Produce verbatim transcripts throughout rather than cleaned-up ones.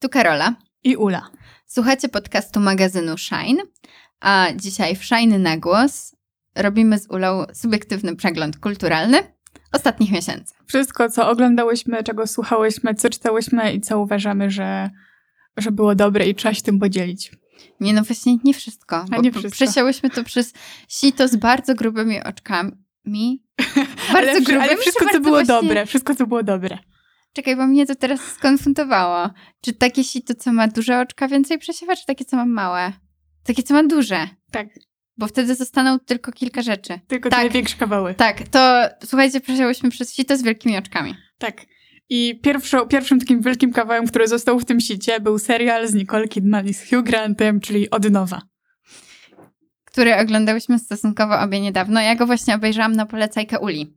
Karola i Ula. Słuchacie podcastu magazynu Shine, a dzisiaj w Shine na głos robimy z Ulą subiektywny przegląd kulturalny ostatnich miesięcy. Wszystko, co oglądałyśmy, czego słuchałyśmy, co czytałyśmy i co uważamy, że, że było dobre i trzeba się tym podzielić. Nie, no właśnie nie wszystko. A nie wszystko. Przesiałyśmy to przez sito z bardzo grubymi oczkami. Bardzo ale, grubymi, ale wszystko, co było właśnie... dobre. Wszystko, co było dobre. Czekaj, bo mnie to teraz skonfundowało. Czy takie sito, co ma duże oczka, więcej przesiewa, czy takie, co ma małe? Takie, co ma duże. Tak. Bo wtedy zostaną tylko kilka rzeczy. Tylko tak. te największe kawały. Tak, to słuchajcie, przesiałyśmy przez sito z wielkimi oczkami. Tak. I pierwszą, pierwszym takim wielkim kawałem, który został w tym sicie, był serial z Nicole Kidman i z Hugh Grantem, czyli Od nowa. Który oglądałyśmy stosunkowo obie niedawno. Ja go właśnie obejrzałam na polecajkę Uli.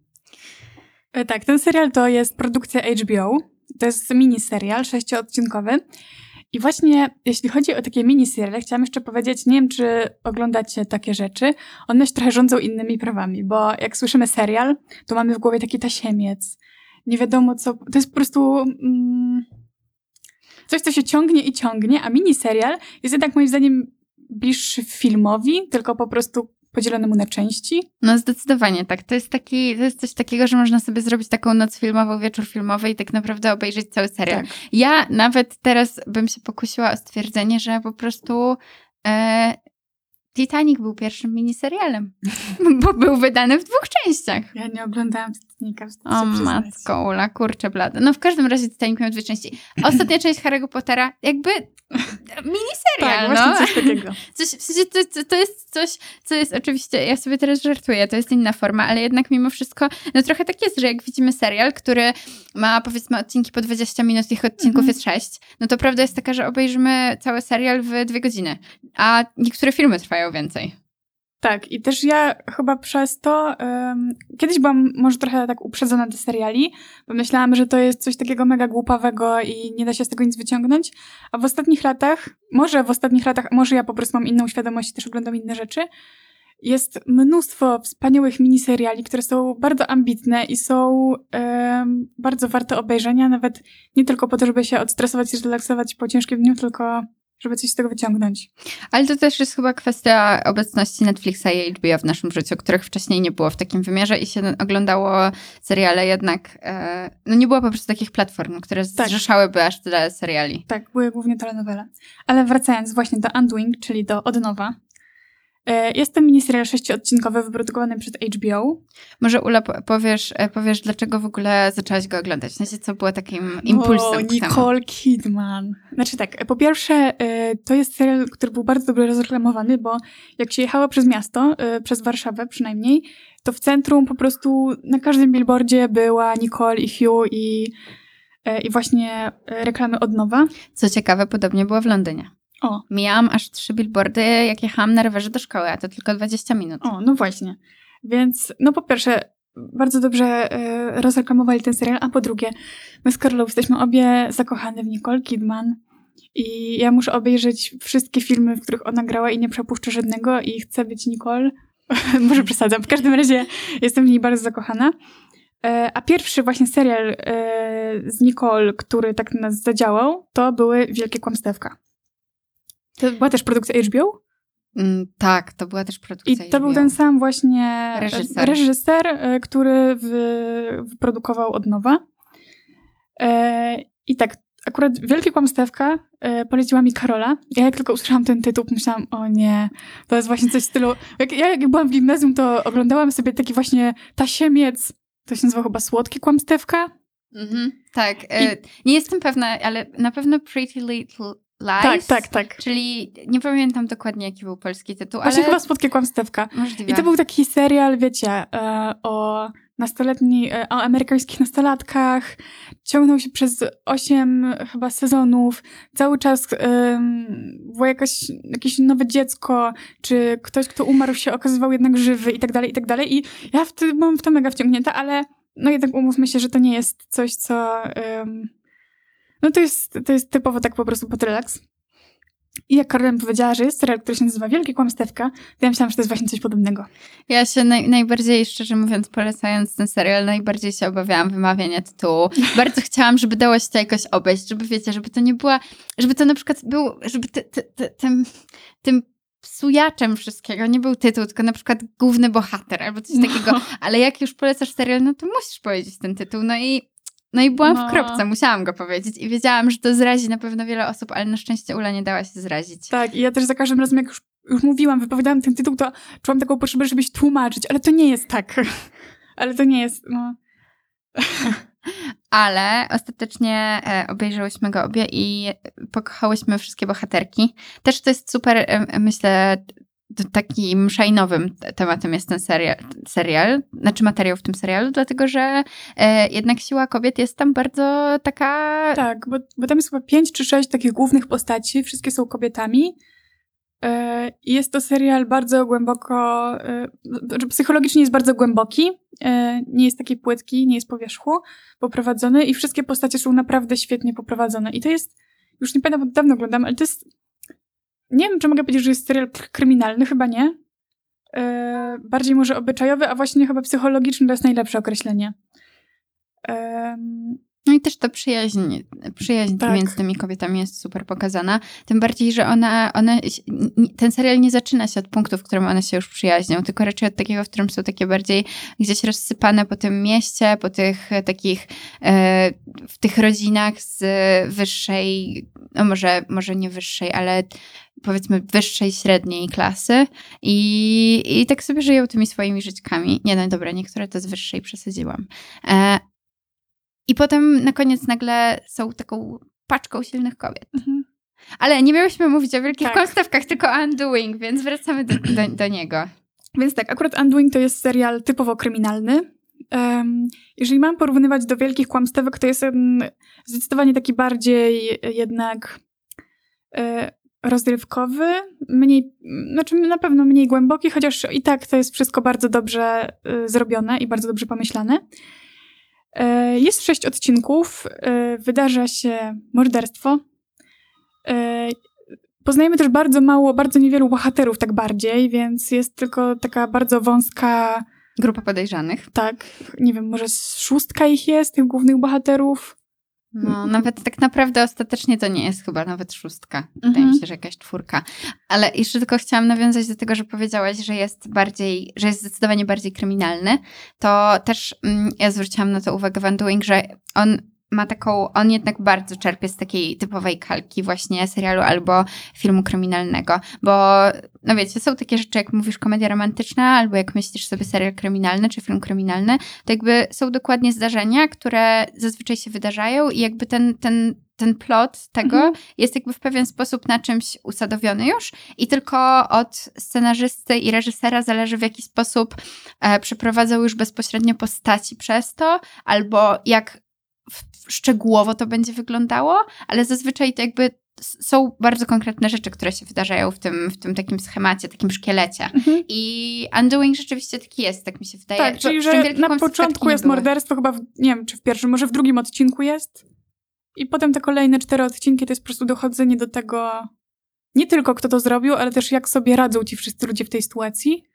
E, tak, ten serial to jest produkcja H B O. To jest miniserial sześcioodcinkowy. I właśnie jeśli chodzi o takie miniseriale, chciałam jeszcze powiedzieć, nie wiem, czy oglądacie takie rzeczy, one się trochę rządzą innymi prawami, bo jak słyszymy serial, to mamy w głowie taki tasiemiec. Nie wiadomo co, to jest po prostu mm, coś, co się ciągnie i ciągnie, a miniserial jest jednak moim zdaniem bliższy filmowi, tylko po prostu podzielonemu na części. No zdecydowanie tak. To jest taki, to jest coś takiego, że można sobie zrobić taką noc filmową, wieczór filmowy i tak naprawdę obejrzeć cały serial. Tak. Ja nawet teraz bym się pokusiła o stwierdzenie, że po prostu e, Titanic był pierwszym miniserialem, bo był wydany w dwóch częściach. Ja nie oglądałam Titanica. O matko, Ula, kurczę blada. No w każdym razie Titanic miał dwie części. Ostatnia część Harry'ego Pottera jakby miniserial, tak, właśnie no. coś takiego. Coś, w sensie to, to jest coś, co jest oczywiście, ja sobie teraz żartuję, to jest inna forma, ale jednak mimo wszystko, no trochę tak jest, że jak widzimy serial, który ma powiedzmy odcinki po dwadzieścia minut, tych odcinków mhm. jest sześć, no to prawda jest taka, że obejrzymy cały serial w dwie godziny, a niektóre filmy trwają więcej. Tak, i też ja chyba przez to, um, kiedyś byłam może trochę tak uprzedzona do seriali, bo myślałam, że to jest coś takiego mega głupawego i nie da się z tego nic wyciągnąć, a w ostatnich latach, może w ostatnich latach, może ja po prostu mam inną świadomość i też oglądam inne rzeczy, jest mnóstwo wspaniałych miniseriali, które są bardzo ambitne i są um, bardzo warte obejrzenia, nawet nie tylko po to, żeby się odstresować i zrelaksować po ciężkim dniu, tylko żeby coś z tego wyciągnąć. Ale to też jest chyba kwestia obecności Netflixa i H B O w naszym życiu, których wcześniej nie było w takim wymiarze i się oglądało seriale jednak, e, no nie było po prostu takich platform, które tak. zrzeszałyby aż tyle seriali. Tak, były głównie telenowele. Ale wracając właśnie do Undoing, czyli do Od nowa, jest to miniserial sześcioodcinkowy wyprodukowany przez H B O. Może Ula powiesz, powiesz, dlaczego w ogóle zaczęłaś go oglądać? W sensie, co było takim impulsem? O, Nicole Kidman. Znaczy tak, po pierwsze to jest serial, który był bardzo dobrze rozreklamowany, bo jak się jechało przez miasto, przez Warszawę przynajmniej, to w centrum po prostu na każdym billboardzie była Nicole i Hugh i, i właśnie reklamy Od nowa. Co ciekawe, podobnie było w Londynie. O. Mijałam aż trzy billboardy, jak jechałam na rowerze do szkoły, a to tylko dwadzieścia minut. O, no właśnie. Więc, no po pierwsze, bardzo dobrze y, rozreklamowali ten serial, a po drugie, my z Karolą jesteśmy obie zakochane w Nicole Kidman i ja muszę obejrzeć wszystkie filmy, w których ona grała i nie przepuszczę żadnego i chcę być Nicole. Może przesadzam. W każdym razie jestem w niej bardzo zakochana. A pierwszy właśnie serial z Nicole, który tak nas zadziałał, to były Wielkie kłamstewka. To była też produkcja H B O? Mm, tak, to była też produkcja I to H B O. był ten sam właśnie reżyser, reżyser który wyprodukował Od nowa. I tak, akurat Wielkie kłamstewka poleciła mi Karola. Ja jak tylko usłyszałam ten tytuł, myślałam, o nie, to jest właśnie coś w stylu... Jak ja jak byłam w gimnazjum, to oglądałam sobie taki właśnie tasiemiec, to się nazywa chyba Słodkie kłamstewka. Mhm, tak, I... nie jestem pewna, ale na pewno Pretty Little Lies. Tak, tak, tak. Czyli nie pamiętam dokładnie, jaki był polski tytuł, Właśnie ale... chyba Słodkie kłamstewka. Możliwe. I to był taki serial, wiecie, e, o nastoletni, e, o amerykańskich nastolatkach. Ciągnął się przez osiem chyba sezonów. Cały czas e, było jakaś, jakieś nowe dziecko, czy ktoś, kto umarł, się okazywał jednak żywy i tak dalej, i tak dalej. I ja wtedy byłam w to mega wciągnięta, ale no jednak umówmy się, że to nie jest coś, co... E, no to jest, to jest typowo tak po prostu pod relaks. I jak Karolina powiedziała, że jest serial, który się nazywa Wielkie Kłamstewka, to ja myślałam, że to jest właśnie coś podobnego. Ja się naj, najbardziej, szczerze mówiąc, polecając ten serial, najbardziej się obawiałam wymawiania tytułu. Bardzo chciałam, żeby dało się to jakoś obejść, żeby wiecie, żeby to nie była, żeby to na przykład był, żeby ty, ty, ty, tym, tym psujaczem wszystkiego nie był tytuł, tylko na przykład główny bohater albo coś takiego. No. Ale jak już polecasz serial, no to musisz powiedzieć ten tytuł. No i No i byłam no. w kropce, musiałam go powiedzieć i wiedziałam, że to zrazi na pewno wiele osób, ale na szczęście Ula nie dała się zrazić. Tak, i ja też za każdym razem, jak już, już mówiłam, wypowiadałam ten tytuł, to czułam taką potrzebę, żebyś tłumaczyć, ale to nie jest tak. ale to nie jest, no... Ale ostatecznie e, obejrzałyśmy go obie i pokochałyśmy wszystkie bohaterki. Też to jest super, e, myślę, takim szajnowym tematem jest ten serial, serial, znaczy materiał w tym serialu, dlatego że e, jednak siła kobiet jest tam bardzo taka... Tak, bo, bo tam jest chyba pięć czy sześć takich głównych postaci, wszystkie są kobietami e, i jest to serial bardzo głęboko, e, psychologicznie jest bardzo głęboki, e, nie jest taki płytki, nie jest po wierzchu poprowadzony i wszystkie postacie są naprawdę świetnie poprowadzone i to jest, już nie pamiętam, bo dawno oglądam, ale to jest nie wiem, czy mogę powiedzieć, że jest serial kryminalny, chyba nie. Yy, bardziej może obyczajowy, a właśnie chyba psychologiczny to jest najlepsze określenie. Yy. No i też ta przyjaźń, przyjaźń tak. między tymi kobietami jest super pokazana. Tym bardziej, że ona, one, ten serial nie zaczyna się od punktu, w którym one się już przyjaźnią, tylko raczej od takiego, w którym są takie bardziej gdzieś rozsypane po tym mieście, po tych takich, e, w tych rodzinach z wyższej, no może, może nie wyższej, ale powiedzmy wyższej, średniej klasy i, i tak sobie żyją tymi swoimi żyćkami. Nie no, dobra, niektóre to z wyższej przesadziłam. E, I potem na koniec nagle są taką paczką silnych kobiet. Mhm. Ale nie miałyśmy mówić o Wielkich tak. Kłamstewkach, tylko o Undoing, więc wracamy do, do, do niego. Więc tak, akurat Undoing to jest serial typowo kryminalny. Um, jeżeli mam porównywać do Wielkich Kłamstewek, to jest um, zdecydowanie taki bardziej jednak e, rozrywkowy, mniej, znaczy na pewno mniej głęboki, chociaż i tak to jest wszystko bardzo dobrze e, zrobione i bardzo dobrze pomyślane. E, jest sześć odcinków, e, wydarza się morderstwo. E, poznajemy też bardzo mało, bardzo niewielu bohaterów tak bardziej, więc jest tylko taka bardzo wąska... Grupa podejrzanych. Tak, nie wiem, może szóstka ich jest, tych głównych bohaterów. No, nawet tak naprawdę ostatecznie to nie jest chyba nawet szóstka. Wydaje mhm. mi się, że jakaś czwórka. Ale jeszcze tylko chciałam nawiązać do tego, że powiedziałaś, że jest bardziej, że jest zdecydowanie bardziej kryminalny. To też mm, ja zwróciłam na to uwagę w Undoing, że on ma taką, on jednak bardzo czerpie z takiej typowej kalki właśnie serialu albo filmu kryminalnego, bo no wiecie, są takie rzeczy, jak mówisz komedia romantyczna, albo jak myślisz sobie serial kryminalny, czy film kryminalny, to jakby są dokładnie zdarzenia, które zazwyczaj się wydarzają i jakby ten, ten, ten plot tego mhm. jest jakby w pewien sposób na czymś usadowiony już i tylko od scenarzysty i reżysera zależy, w jaki sposób e, przeprowadzą już bezpośrednio postaci przez to, albo jak szczegółowo to będzie wyglądało, ale zazwyczaj to jakby są bardzo konkretne rzeczy, które się wydarzają w tym, w tym takim schemacie, takim szkielecie. Mhm. I Undoing rzeczywiście taki jest, tak mi się wydaje. Tak, czyli że na początku jest były. morderstwo, chyba w, nie wiem, czy w pierwszym, może w drugim odcinku jest i potem te kolejne cztery odcinki to jest po prostu dochodzenie do tego, nie tylko kto to zrobił, ale też jak sobie radzą ci wszyscy ludzie w tej sytuacji.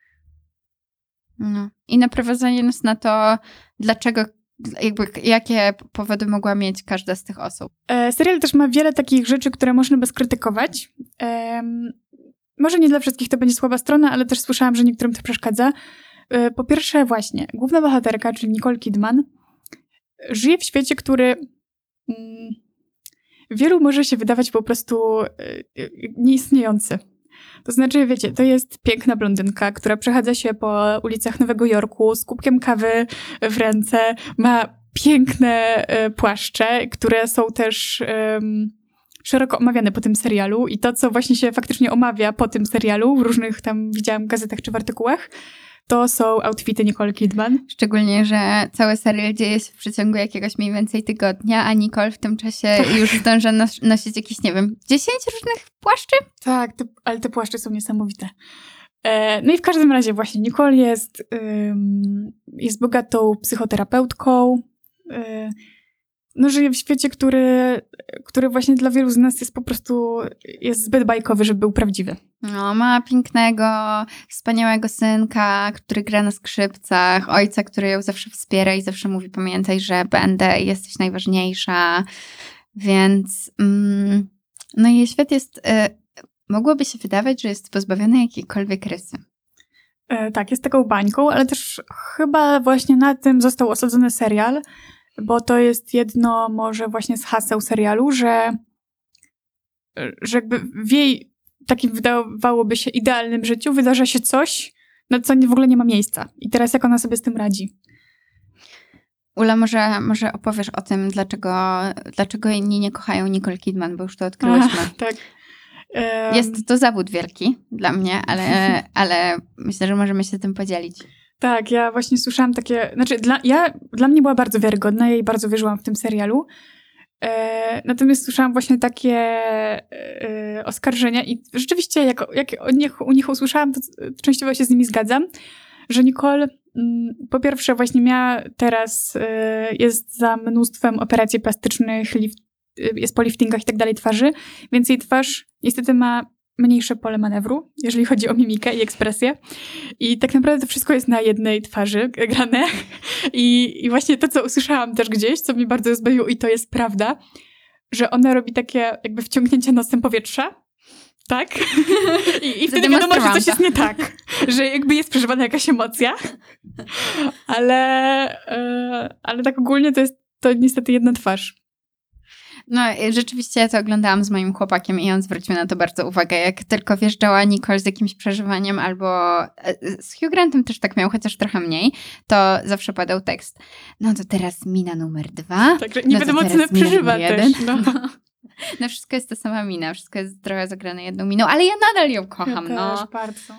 No. I naprowadzenie nas na to, dlaczego jakby jakie powody mogła mieć każda z tych osób. E, serial też ma wiele takich rzeczy, które można by skrytykować. E, może nie dla wszystkich to będzie słaba strona, ale też słyszałam, że niektórym to przeszkadza. E, po pierwsze właśnie, główna bohaterka, czyli Nicole Kidman, żyje w świecie, który mm, wielu może się wydawać po prostu e, nieistniejący. To znaczy, wiecie, to jest piękna blondynka, która przechadza się po ulicach Nowego Jorku z kubkiem kawy w ręce, ma piękne y, płaszcze, które są też y, szeroko omawiane po tym serialu i to, co właśnie się faktycznie omawia po tym serialu, w różnych tam widziałam gazetach czy w artykułach, to są outfity Nicole Kidman. Szczególnie, że cały serial dzieje się w przeciągu jakiegoś mniej więcej tygodnia, a Nicole w tym czasie tak. już zdąża nos- nosić jakieś, nie wiem, dziesięć różnych płaszczy? Tak, te, ale te płaszcze są niesamowite. E, no i w każdym razie właśnie Nicole jest, ym, jest bogatą psychoterapeutką. Y, no, żyje w świecie, który, który właśnie dla wielu z nas jest po prostu jest zbyt bajkowy, żeby był prawdziwy. No, ma pięknego, wspaniałego synka, który gra na skrzypcach, ojca, który ją zawsze wspiera i zawsze mówi, pamiętaj, że będę i jesteś najważniejsza. Więc mm, no jej świat jest, y, mogłoby się wydawać, że jest pozbawiony jakiejkolwiek rysy. E, tak, jest taką bańką, ale też chyba właśnie na tym został osadzony serial, bo to jest jedno może właśnie z haseł serialu, że, że jakby w jej takim wydawałoby się idealnym życiu wydarza się coś, na co w ogóle nie ma miejsca. I teraz jak ona sobie z tym radzi? Ula, może, może opowiesz o tym, dlaczego, dlaczego inni nie kochają Nicole Kidman, bo już to odkryłyśmy. Ach, tak. Um... Jest to zawód wielki dla mnie, ale, ale myślę, że możemy się tym podzielić. Tak, ja właśnie słyszałam takie, znaczy dla, ja, dla mnie była bardzo wiarygodna, ja jej bardzo wierzyłam w tym serialu. E, natomiast słyszałam właśnie takie e, oskarżenia i rzeczywiście jak, jak o nich, u nich usłyszałam, to częściowo się z nimi zgadzam, że Nicole m, po pierwsze właśnie miała teraz, e, jest za mnóstwem operacji plastycznych, lift, jest po liftingach i tak dalej twarzy, więc jej twarz niestety ma mniejsze pole manewru, jeżeli chodzi o mimikę i ekspresję. I tak naprawdę to wszystko jest na jednej twarzy grane. I, i właśnie to, co usłyszałam też gdzieś, co mnie bardzo zbawiło i to jest prawda, że ona robi takie jakby wciągnięcie nosem powietrza. Tak? I, i wtedy wiadomo, że coś jest nie tak. Że jakby jest przeżywana jakaś emocja. Ale, yy, ale tak ogólnie to jest to niestety jedna twarz. No, rzeczywiście ja to oglądałam z moim chłopakiem i on zwrócił na to bardzo uwagę. Jak tylko wjeżdżała Nicole z jakimś przeżywaniem albo z Hugh Grantem też tak miał, chociaż trochę mniej, to zawsze padał tekst. No to teraz mina numer dwa. Także nie no wiadomo, co ona przeżywa też. No. No. no wszystko jest ta sama mina, wszystko jest trochę zagrane jedną miną, ale ja nadal ją kocham. Ja no. też bardzo.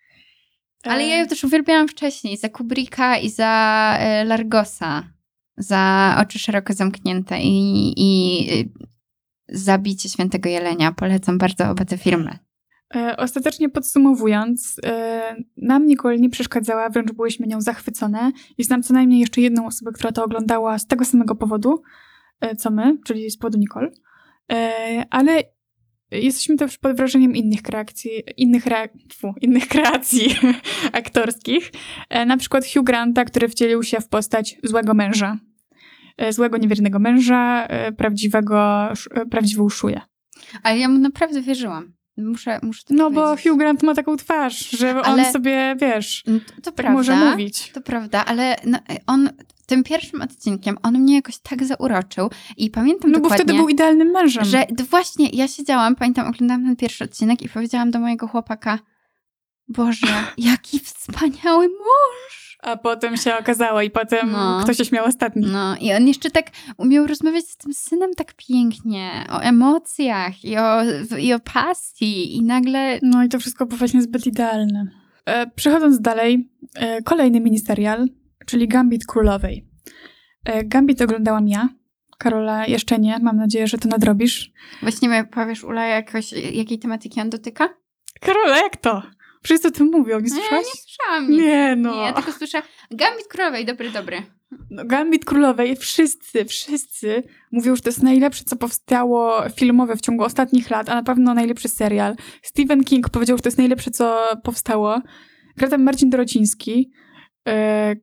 Ale ja ją też uwielbiałam wcześniej, za Kubricka i za y, Largosa. Za Oczy szeroko zamknięte i, i Zabicie Świętego Jelenia. Polecam bardzo oba te filmy. E, ostatecznie podsumowując, e, nam Nicole nie przeszkadzała, wręcz byłyśmy nią zachwycone. I znam co najmniej jeszcze jedną osobę, która to oglądała z tego samego powodu, e, co my, czyli z powodu Nicole. E, ale jesteśmy też pod wrażeniem innych kreacji, innych, re, fu, innych kreacji aktorskich. E, na przykład Hugh Granta, który wcielił się w postać złego męża. Złego, niewiernego męża, prawdziwego, prawdziwą szuję. Ale ja mu naprawdę wierzyłam. Muszę, muszę to No powiedzieć. bo Hugh Grant ma taką twarz, że ale on sobie, wiesz, to, to tak prawda, może mówić. To prawda, ale no, on tym pierwszym odcinkiem, on mnie jakoś tak zauroczył i pamiętam no dokładnie... No bo wtedy był idealnym mężem. Że właśnie, ja siedziałam, pamiętam, oglądałam ten pierwszy odcinek i powiedziałam do mojego chłopaka, Boże, jaki wspaniały mąż! A potem się okazało i potem no. kto się śmiał ostatni. No i on jeszcze tak umiał rozmawiać z tym synem tak pięknie, o emocjach i o, i o pasji i nagle... No i to wszystko było właśnie zbyt idealne. E, przechodząc dalej, e, kolejny miniserial, czyli Gambit Królowej. E, Gambit oglądałam ja, Karola jeszcze nie, mam nadzieję, że to nadrobisz. Właśnie powiesz, Ula, jakoś, jakiej tematyki on dotyka? Karola, jak to? Wszyscy o tym mówią, nie słyszałaś? No, ja nie słyszałam nic. Nie, no. Nie, ja tylko słyszę Gambit Królowej, dobry, dobry. No, Gambit Królowej, wszyscy, wszyscy mówią, że to jest najlepsze, co powstało filmowe w ciągu ostatnich lat, a na pewno najlepszy serial. Stephen King powiedział, że to jest najlepsze, co powstało. Gra tam Marcin Dorociński. Yy,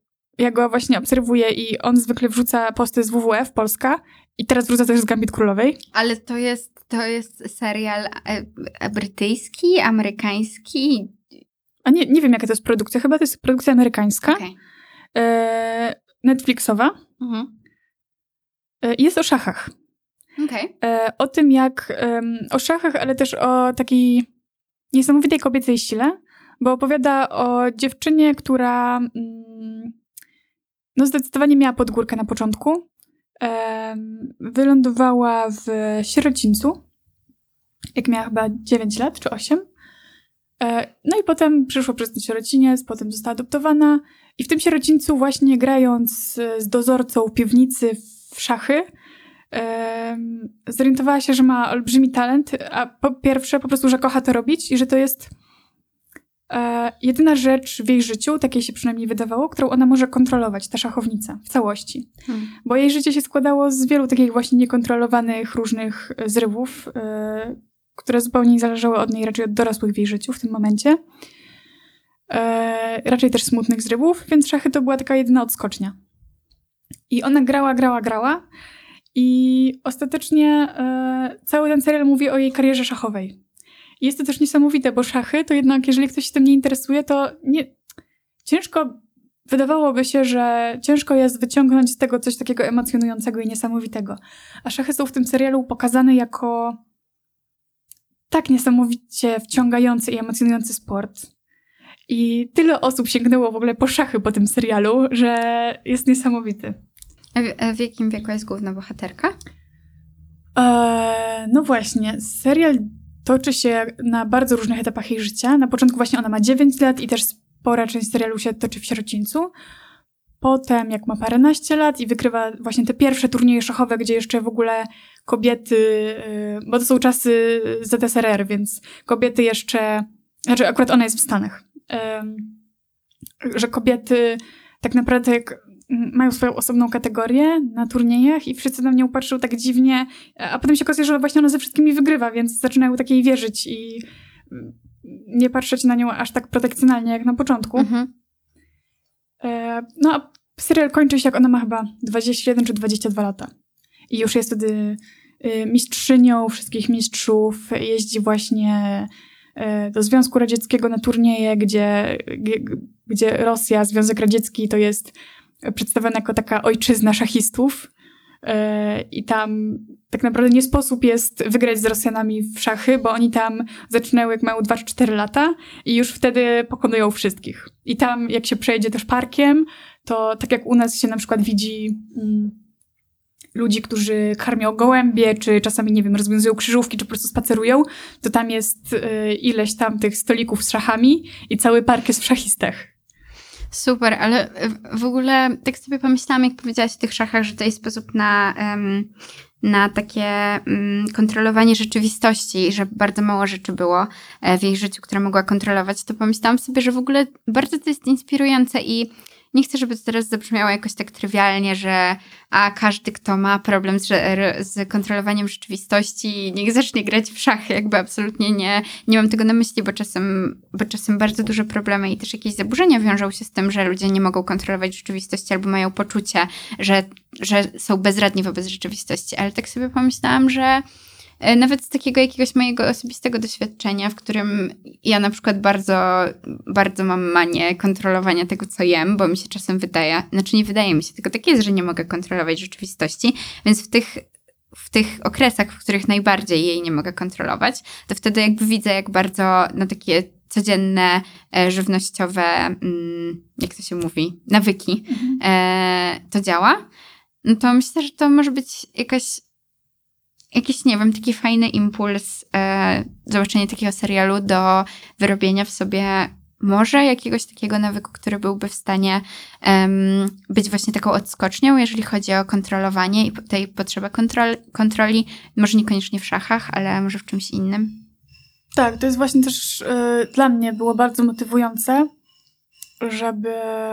ja go właśnie obserwuję i on zwykle wrzuca posty z W W F Polska i teraz wrzuca też z Gambit Królowej. Ale to jest, to jest serial e, e, brytyjski, amerykański? A nie, nie wiem, jaka to jest produkcja. Chyba to jest produkcja amerykańska. Okay. Yy, Netflixowa. Mhm. Yy, jest o szachach. Okay. E, o tym, jak um, o szachach, ale też o takiej niesamowitej kobiecej sile, bo opowiada o dziewczynie, która um, no zdecydowanie miała podgórkę na początku. E, wylądowała w sierocińcu, jak miała chyba dziewięć lat czy osiem. E, no i potem przyszła przez ten sierociniec, potem została adoptowana i w tym sierocińcu właśnie grając z dozorcą w piwnicy w szachy, zorientowała się, że ma olbrzymi talent, a po pierwsze po prostu, że kocha to robić i że to jest e, jedyna rzecz w jej życiu, takiej się przynajmniej wydawało, którą ona może kontrolować, ta szachownica w całości. Hmm. Bo jej życie się składało z wielu takich właśnie niekontrolowanych różnych zrywów, e, które zupełnie nie zależały od niej, raczej od dorosłych w jej życiu w tym momencie. E, raczej też smutnych zrywów, więc szachy to była taka jedyna odskocznia. I ona grała, grała, grała i ostatecznie e, cały ten serial mówi o jej karierze szachowej. I jest to też niesamowite, bo szachy to jednak, jeżeli ktoś się tym nie interesuje, to nie, ciężko, wydawałoby się, że ciężko jest wyciągnąć z tego coś takiego emocjonującego i niesamowitego. A szachy są w tym serialu pokazane jako tak niesamowicie wciągający i emocjonujący sport. I tyle osób sięgnęło w ogóle po szachy po tym serialu, że jest niesamowity. A w, a w jakim wieku jest główna bohaterka? Eee, no właśnie, serial toczy się na bardzo różnych etapach jej życia. Na początku właśnie ona ma dziewięć lat i też spora część serialu się toczy w sierocińcu. Potem jak ma paręnaście lat i wygrywa właśnie te pierwsze turnieje szachowe, gdzie jeszcze w ogóle kobiety, yy, bo to są czasy Z S R R, więc kobiety jeszcze, znaczy akurat ona jest w Stanach, yy, że kobiety tak naprawdę jak mają swoją osobną kategorię na turniejach i wszyscy na nią patrzą tak dziwnie, a potem się okazuje, że właśnie ona ze wszystkimi wygrywa, więc zaczynają takiej wierzyć i nie patrzeć na nią aż tak protekcjonalnie jak na początku. Mhm. E, no a serial kończy się, jak ona ma chyba dwadzieścia jeden czy dwadzieścia dwa lata. I już jest wtedy y, mistrzynią wszystkich mistrzów, jeździ właśnie y, do Związku Radzieckiego na turnieje, gdzie, g, gdzie Rosja, Związek Radziecki to jest przedstawiona jako taka ojczyzna szachistów yy, i tam tak naprawdę nie sposób jest wygrać z Rosjanami w szachy, bo oni tam zaczynają jak mają dwa czy cztery lata i już wtedy pokonują wszystkich. I tam jak się przejdzie też parkiem, to tak jak u nas się na przykład widzi mm, ludzi, którzy karmią gołębie, czy czasami, nie wiem, rozwiązują krzyżówki, czy po prostu spacerują, to tam jest yy, ileś tam tych stolików z szachami i cały park jest w szachistach. Super, ale w ogóle tak sobie pomyślałam, jak powiedziałaś o tych szachach, że to jest sposób na, um, na takie um, kontrolowanie rzeczywistości, że bardzo mało rzeczy było w jej życiu, które mogła kontrolować, to pomyślałam sobie, że w ogóle bardzo to jest inspirujące i nie chcę, żeby to teraz zabrzmiało jakoś tak trywialnie, że a każdy, kto ma problem z, z kontrolowaniem rzeczywistości, niech zacznie grać w szachy. Jakby absolutnie nie, nie mam tego na myśli, bo czasem, bo czasem bardzo duże problemy i też jakieś zaburzenia wiążą się z tym, że ludzie nie mogą kontrolować rzeczywistości albo mają poczucie, że, że są bezradni wobec rzeczywistości. Ale tak sobie pomyślałam, że nawet z takiego jakiegoś mojego osobistego doświadczenia, w którym ja na przykład bardzo, bardzo mam manię kontrolowania tego, co jem, bo mi się czasem wydaje, znaczy nie wydaje mi się, tylko tak jest, że nie mogę kontrolować rzeczywistości, więc w tych, w tych okresach, w których najbardziej jej nie mogę kontrolować, to wtedy jakby widzę, jak bardzo na takie codzienne, e, żywnościowe, mm, jak to się mówi, nawyki mhm. e, to działa. No to myślę, że to może być jakaś jakiś, nie wiem, taki fajny impuls, e, zobaczenie takiego serialu do wyrobienia w sobie może jakiegoś takiego nawyku, który byłby w stanie um, być właśnie taką odskocznią, jeżeli chodzi o kontrolowanie i tej potrzeby kontrol, kontroli, może niekoniecznie w szachach, ale może w czymś innym. Tak, to jest właśnie też y, dla mnie było bardzo motywujące, żeby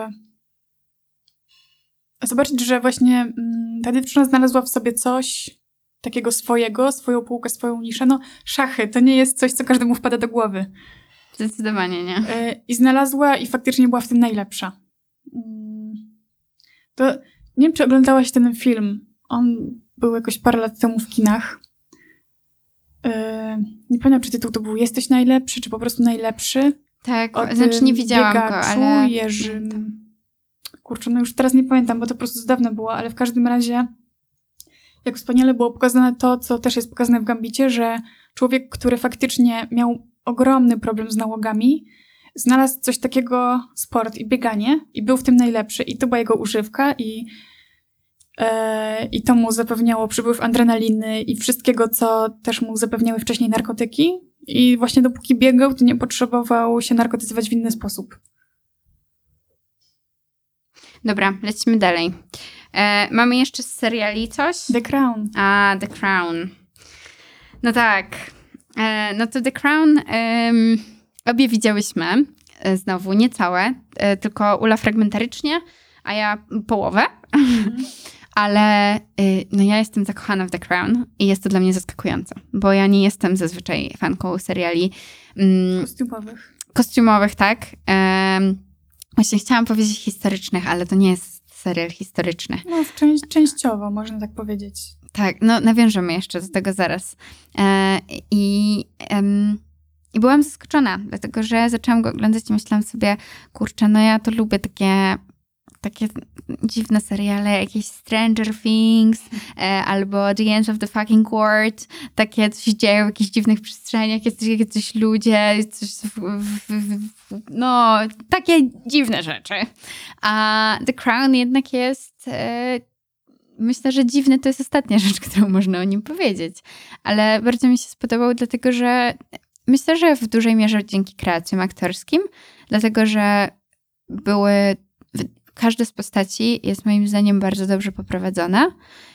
zobaczyć, że właśnie y, ta dziewczyna znalazła w sobie coś takiego swojego, swoją półkę, swoją niszę. No, szachy to nie jest coś, co każdemu wpada do głowy. Zdecydowanie nie. I znalazła i faktycznie była w tym najlepsza. To nie wiem, czy oglądałaś ten film. On był jakoś parę lat temu w kinach. Nie pamiętam, czy tytuł to był Jesteś najlepszy, czy po prostu najlepszy. Tak, Od znaczy nie widziałam biegaczu, go, ale... Jerzym... Kurczę, no już teraz nie pamiętam, bo to po prostu z dawna było, ale w każdym razie jak wspaniale było pokazane to, co też jest pokazane w Gambicie, że człowiek, który faktycznie miał ogromny problem z nałogami, znalazł coś takiego, sport i bieganie i był w tym najlepszy i to była jego używka i, e, i to mu zapewniało przypływ adrenaliny i wszystkiego, co też mu zapewniały wcześniej narkotyki i właśnie dopóki biegał, to nie potrzebował się narkotyzować w inny sposób. Dobra, lecimy dalej. E, mamy jeszcze z seriali coś? The Crown. A, The Crown. No tak. E, no to The Crown um, obie widziałyśmy. znowu nie całe, tylko Ula fragmentarycznie, a ja połowę. Mhm. Ale no ja jestem zakochana w The Crown i jest to dla mnie zaskakujące, bo ja nie jestem zazwyczaj fanką seriali mm, kostiumowych. Kostiumowych, tak. Um, właśnie chciałam powiedzieć historycznych, ale to nie jest serial historyczny. No, część, częściowo, można tak powiedzieć. Tak, no nawiążemy jeszcze do tego zaraz. E, i, em, I byłam zaskoczona, dlatego że zaczęłam go oglądać i myślałam sobie, kurczę, no ja to lubię takie... takie dziwne seriale, jakieś Stranger Things e, albo The End of the Fucking World, takie coś dzieje w jakichś dziwnych przestrzeniach, jest jacyś ludzie, coś w, w, w, no, takie dziwne rzeczy. A The Crown jednak jest, e, myślę, że dziwny to jest ostatnia rzecz, którą można o nim powiedzieć. Ale bardzo mi się spodobał, dlatego że myślę, że w dużej mierze dzięki kreacjom aktorskim, dlatego że były każda z postaci jest moim zdaniem bardzo dobrze poprowadzona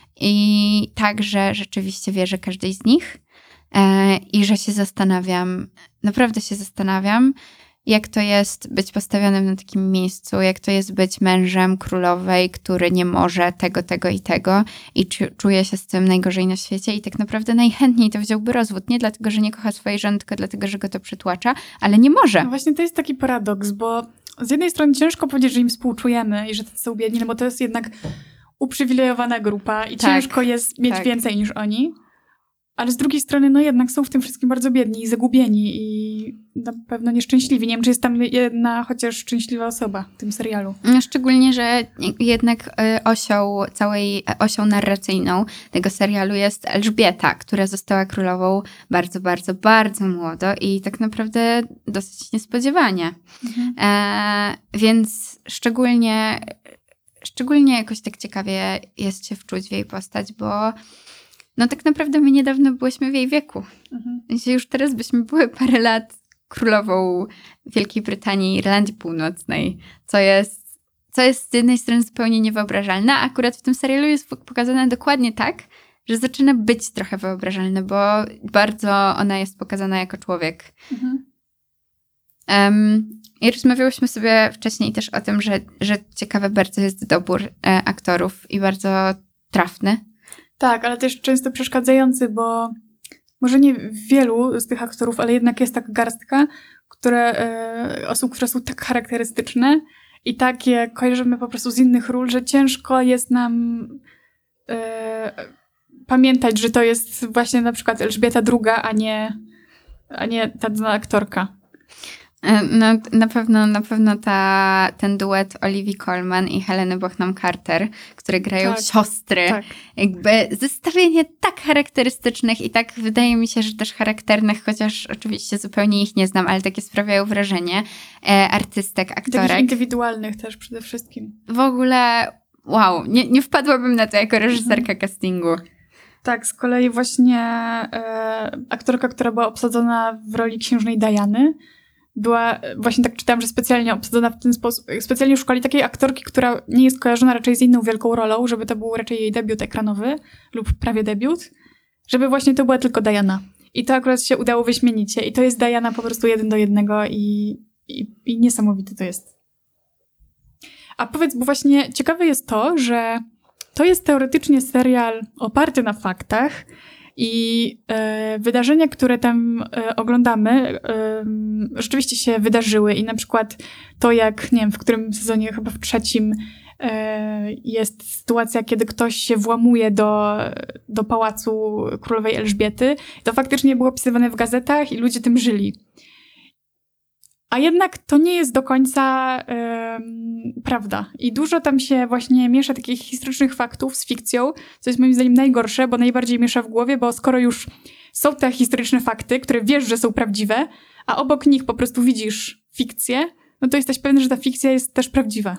i także rzeczywiście wierzę każdej z nich e, i że się zastanawiam, naprawdę się zastanawiam, jak to jest być postawionym na takim miejscu, jak to jest być mężem królowej, który nie może tego, tego i tego i czuje się z tym najgorzej na świecie i tak naprawdę najchętniej to wziąłby rozwód, nie dlatego, że nie kocha swojej żony, tylko dlatego, że go to przytłacza, ale nie może. No właśnie to jest taki paradoks, bo z jednej strony ciężko powiedzieć, że im współczujemy i że tacy są biedni, no bo to jest jednak uprzywilejowana grupa i tak, ciężko jest mieć tak. więcej niż oni. Ale z drugiej strony, no jednak są w tym wszystkim bardzo biedni i zagubieni i na pewno nieszczęśliwi. Nie wiem, czy jest tam jedna chociaż szczęśliwa osoba w tym serialu. No, szczególnie, że jednak osią, całej osią narracyjną tego serialu jest Elżbieta, która została królową bardzo, bardzo, bardzo młodo i tak naprawdę dosyć niespodziewanie. Mhm. E, więc szczególnie, szczególnie jakoś tak ciekawie jest się wczuć w jej postać, bo no tak naprawdę my niedawno byłyśmy w jej wieku. Mhm. Już teraz byśmy były parę lat królową Wielkiej Brytanii i Irlandii Północnej, co jest, co jest z jednej strony zupełnie niewyobrażalne, a akurat w tym serialu jest pokazane dokładnie tak, że zaczyna być trochę wyobrażalne, bo bardzo ona jest pokazana jako człowiek. Mhm. Um, I rozmawiałyśmy sobie wcześniej też o tym, że, że ciekawy bardzo jest dobór e, aktorów i bardzo trafny. Tak, ale też często przeszkadzający, bo może nie wielu z tych aktorów, ale jednak jest taka garstka, które, e, osób, które są tak charakterystyczne i takie kojarzymy po prostu z innych ról, że ciężko jest nam e, pamiętać, że to jest właśnie na przykład Elżbieta druga, a nie, a nie ta aktorka. No na pewno, na pewno ta, ten duet Olivia Colman i Heleny Bonham Carter, które grają tak, siostry, tak. Jakby zestawienie tak charakterystycznych i tak wydaje mi się, że też charakternych, chociaż oczywiście zupełnie ich nie znam, ale takie sprawiają wrażenie, e, artystek, aktorek. Takich indywidualnych też przede wszystkim. W ogóle wow, nie, nie wpadłabym na to jako reżyserka mhm. castingu. Tak, z kolei właśnie e, aktorka, która była obsadzona w roli księżnej Diany, była, właśnie tak czytałam, że specjalnie obsadzona w ten sposób, specjalnie szukali takiej aktorki, która nie jest kojarzona raczej z inną wielką rolą, żeby to był raczej jej debiut ekranowy lub prawie debiut, żeby właśnie to była tylko Diana. I to akurat się udało wyśmienicie. I to jest Diana po prostu jeden do jednego i, i, i niesamowite to jest. A powiedz, bo właśnie ciekawe jest to, że to jest teoretycznie serial oparty na faktach, i e, wydarzenia, które tam e, oglądamy, e, rzeczywiście się wydarzyły i na przykład to, jak, nie wiem, w którym sezonie, chyba w trzecim, e, jest sytuacja, kiedy ktoś się włamuje do, do pałacu królowej Elżbiety, to faktycznie było opisywane w gazetach i ludzie tym żyli. A jednak to nie jest do końca yy, prawda. I dużo tam się właśnie miesza takich historycznych faktów z fikcją, co jest moim zdaniem najgorsze, bo najbardziej miesza w głowie, bo skoro już są te historyczne fakty, które wiesz, że są prawdziwe, a obok nich po prostu widzisz fikcję, no to jesteś pewny, że ta fikcja jest też prawdziwa.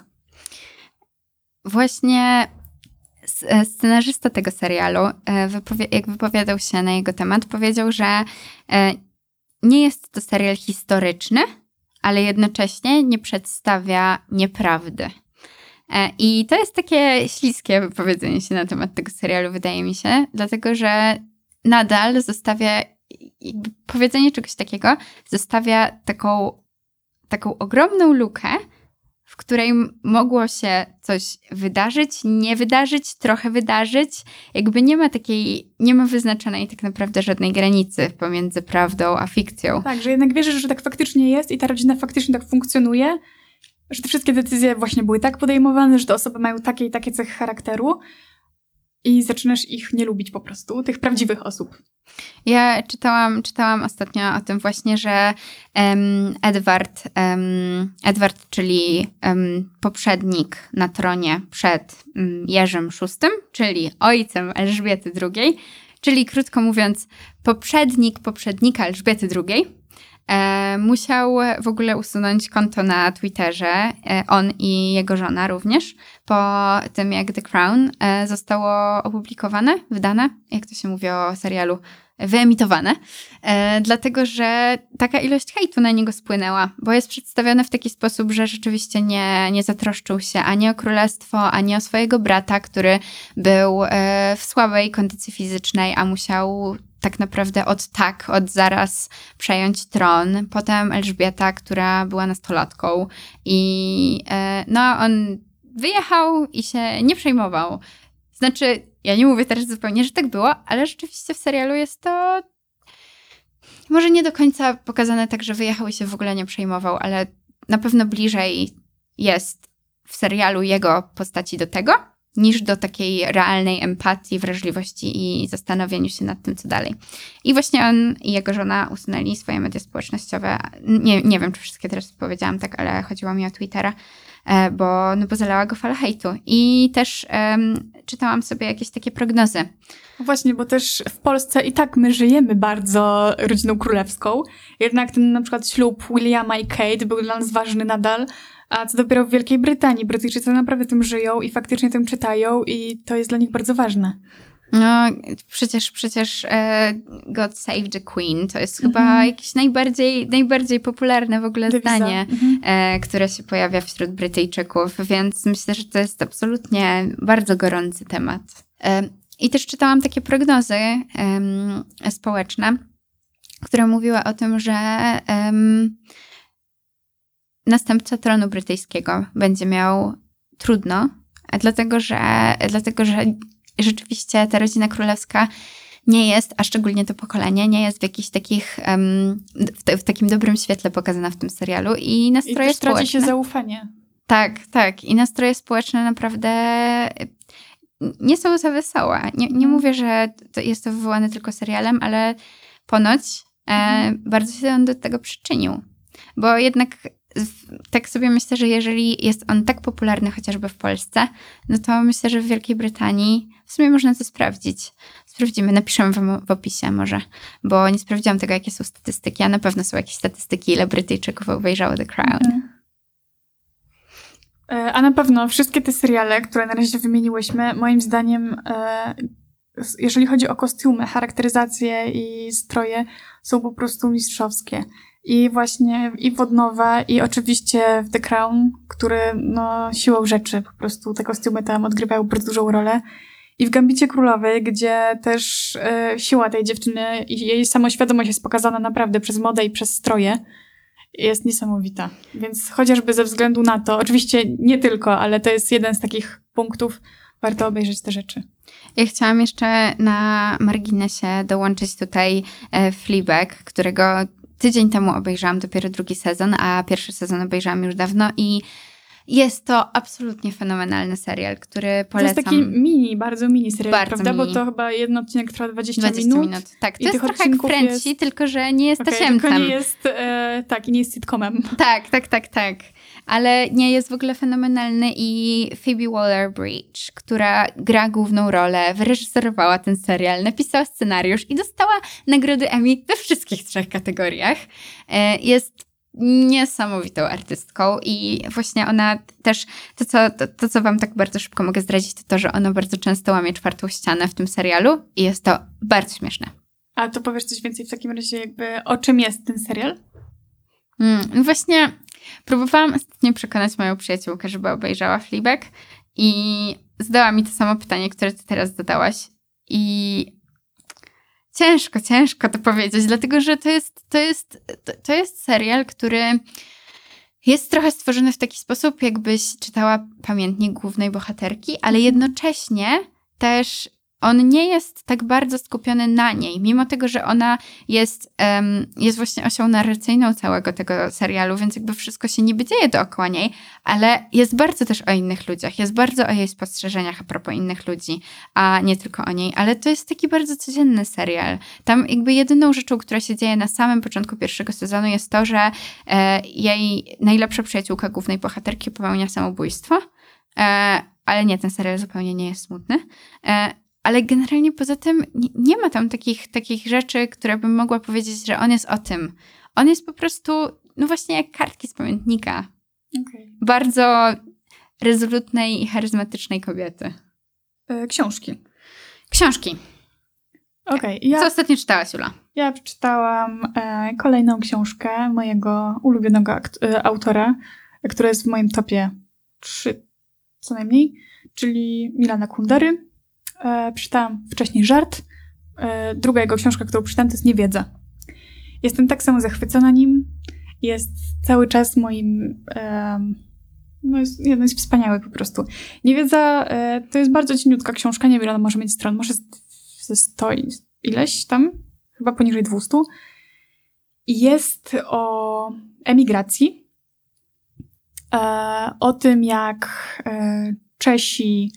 Właśnie scenarzysta tego serialu, wypowi- jak wypowiadał się na jego temat, powiedział, że nie jest to serial historyczny, ale jednocześnie nie przedstawia nieprawdy. I to jest takie śliskie wypowiedzenie się na temat tego serialu, wydaje mi się, dlatego że nadal zostawia, jakby powiedzenie czegoś takiego, zostawia taką taką ogromną lukę, w której mogło się coś wydarzyć, nie wydarzyć, trochę wydarzyć. Jakby nie ma takiej, nie ma wyznaczonej tak naprawdę żadnej granicy pomiędzy prawdą a fikcją. Tak, że jednak wierzysz, że tak faktycznie jest i ta rodzina faktycznie tak funkcjonuje, że te wszystkie decyzje właśnie były tak podejmowane, że te osoby mają takie i takie cechy charakteru i zaczynasz ich nie lubić po prostu, tych prawdziwych osób. Ja czytałam, czytałam ostatnio o tym właśnie, że um, Edward, um, Edward, czyli um, poprzednik na tronie przed um, Jerzym szóstym, czyli ojcem Elżbiety drugiej, czyli krótko mówiąc poprzednik poprzednika Elżbiety drugiej, e, musiał w ogóle usunąć konto na Twitterze, e, on i jego żona również, po tym jak The Crown e, zostało opublikowane, wydane, jak to się mówi o serialu, wyemitowane, e, dlatego że taka ilość hejtu na niego spłynęła, bo jest przedstawione w taki sposób, że rzeczywiście nie, nie zatroszczył się ani o królestwo, ani o swojego brata, który był e, w słabej kondycji fizycznej, a musiał tak naprawdę od tak, od zaraz przejąć tron. Potem Elżbieta, która była nastolatką i e, no on wyjechał i się nie przejmował. Znaczy, ja nie mówię teraz zupełnie, że tak było, ale rzeczywiście w serialu jest to może nie do końca pokazane tak, że wyjechał i się w ogóle nie przejmował, ale na pewno bliżej jest w serialu jego postaci do tego, niż do takiej realnej empatii, wrażliwości i zastanowieniu się nad tym, co dalej. I właśnie on i jego żona usunęli swoje media społecznościowe. Nie, nie wiem, czy wszystkie teraz powiedziałam tak, ale chodziło mi o Twittera, bo, no bo zalała go fala hejtu. I też um, czytałam sobie jakieś takie prognozy. Właśnie, bo też w Polsce i tak my żyjemy bardzo rodziną królewską. Jednak ten na przykład ślub Williama i Kate był dla nas ważny nadal, a co dopiero w Wielkiej Brytanii. Brytyjczycy naprawdę tym żyją i faktycznie tym czytają i to jest dla nich bardzo ważne. No przecież, przecież e, God Save the Queen to jest chyba Mhm. jakieś najbardziej, najbardziej popularne w ogóle Dewiza. zdanie, Mhm. e, które się pojawia wśród Brytyjczyków, więc myślę, że to jest absolutnie bardzo gorący temat. E, I też czytałam takie prognozy em, społeczne, które mówiły o tym, że em, następca tronu brytyjskiego będzie miał trudno, dlatego że, dlatego, że rzeczywiście ta rodzina królewska nie jest, a szczególnie to pokolenie, nie jest w jakichś takich, um, w, te, w takim dobrym świetle pokazana w tym serialu i I nastroje też traci społeczne. się zaufanie. Tak, tak. I nastroje społeczne naprawdę nie są za wesołe. Nie, nie mówię, że to jest to wywołane tylko serialem, ale ponoć e, Mhm. bardzo się on do tego przyczynił. Bo jednak tak sobie myślę, że jeżeli jest on tak popularny chociażby w Polsce, no to myślę, że w Wielkiej Brytanii w sumie można to sprawdzić. Sprawdzimy, napiszemy wam w opisie może, bo nie sprawdziłam tego, jakie są statystyki, a na pewno są jakieś statystyki, ile Brytyjczyków obejrzało The Crown. Mhm. E, A na pewno wszystkie te seriale, które na razie wymieniłyśmy, moim zdaniem, e, s- jeżeli chodzi o kostiumy, charakteryzację i stroje, są po prostu mistrzowskie. I właśnie i w Odnowa, i oczywiście w The Crown, który no siłą rzeczy po prostu te kostiumy tam odgrywają bardzo dużą rolę. I w Gambicie Królowej, gdzie też e, siła tej dziewczyny i jej samoświadomość jest pokazana naprawdę przez modę i przez stroje, jest niesamowita. Więc chociażby ze względu na to, oczywiście nie tylko, ale to jest jeden z takich punktów, warto obejrzeć te rzeczy. Ja chciałam jeszcze na marginesie dołączyć tutaj e, Fleabag, którego tydzień temu obejrzałam dopiero drugi sezon, a pierwszy sezon obejrzałam już dawno i jest to absolutnie fenomenalny serial, który polecam. To jest taki mini, bardzo mini serial, Bardzo prawda? mini. Bo to chyba jeden odcinek trwa dwadzieścia, dwadzieścia minut. minut. Tak, to I jest tych trochę jak odcinków Frenchie, jest- tylko że nie jest Okej, tasiemcem. tylko nie jest, e, tak, i nie jest sitcomem. Tak, tak, tak, tak. Ale nie, jest w ogóle fenomenalny i Phoebe Waller-Bridge, która gra główną rolę, wyreżyserowała ten serial, napisała scenariusz i dostała nagrody Emmy we wszystkich trzech kategoriach. E, Jest niesamowitą artystką i właśnie ona też, to co, to, to co wam tak bardzo szybko mogę zdradzić, to to, że ona bardzo często łamie czwartą ścianę w tym serialu i jest to bardzo śmieszne. A to powiesz coś więcej w takim razie jakby o czym jest ten serial? Mm, no właśnie próbowałam ostatnio przekonać moją przyjaciółkę, żeby obejrzała Fleabag i zadała mi to samo pytanie, które ty teraz zadałaś i ciężko, ciężko to powiedzieć, dlatego że to jest, to jest, to, to jest serial, który jest trochę stworzony w taki sposób, jakbyś czytała pamiętnik głównej bohaterki, ale jednocześnie też on nie jest tak bardzo skupiony na niej, mimo tego, że ona jest, um, jest właśnie osią narracyjną całego tego serialu, więc jakby wszystko się niby dzieje dookoła niej, ale jest bardzo też o innych ludziach, jest bardzo o jej spostrzeżeniach a propos innych ludzi, a nie tylko o niej, ale to jest taki bardzo codzienny serial. Tam jakby jedyną rzeczą, która się dzieje na samym początku pierwszego sezonu jest to, że e, jej najlepsza przyjaciółka głównej bohaterki popełnia samobójstwo, e, ale nie, ten serial zupełnie nie jest smutny. E, Ale generalnie poza tym nie, nie ma tam takich, takich rzeczy, które bym mogła powiedzieć, że on jest o tym. On jest po prostu, no właśnie jak kartki z pamiętnika. Okay. Bardzo rezolutnej i charyzmatycznej kobiety. E, książki. Książki. Okay, ja, Co ostatnio czytałaś, Ula? Ja przeczytałam e, kolejną książkę mojego ulubionego akt, e, autora, która jest w moim topie trzy co najmniej, czyli Milana Kundery. E, przeczytałam wcześniej Żart. E, druga jego książka, którą przeczytałam, to jest Niewiedza. Jestem tak samo zachwycona nim. Jest cały czas moim... E, no jest, nie, no jest wspaniały po prostu. Niewiedza e, to jest bardzo cieniutka książka. Nie wiem, ile ona może mieć stron. Może ze sto ileś tam. Chyba poniżej dwieście. I jest o emigracji. E, o tym, jak e, Czesi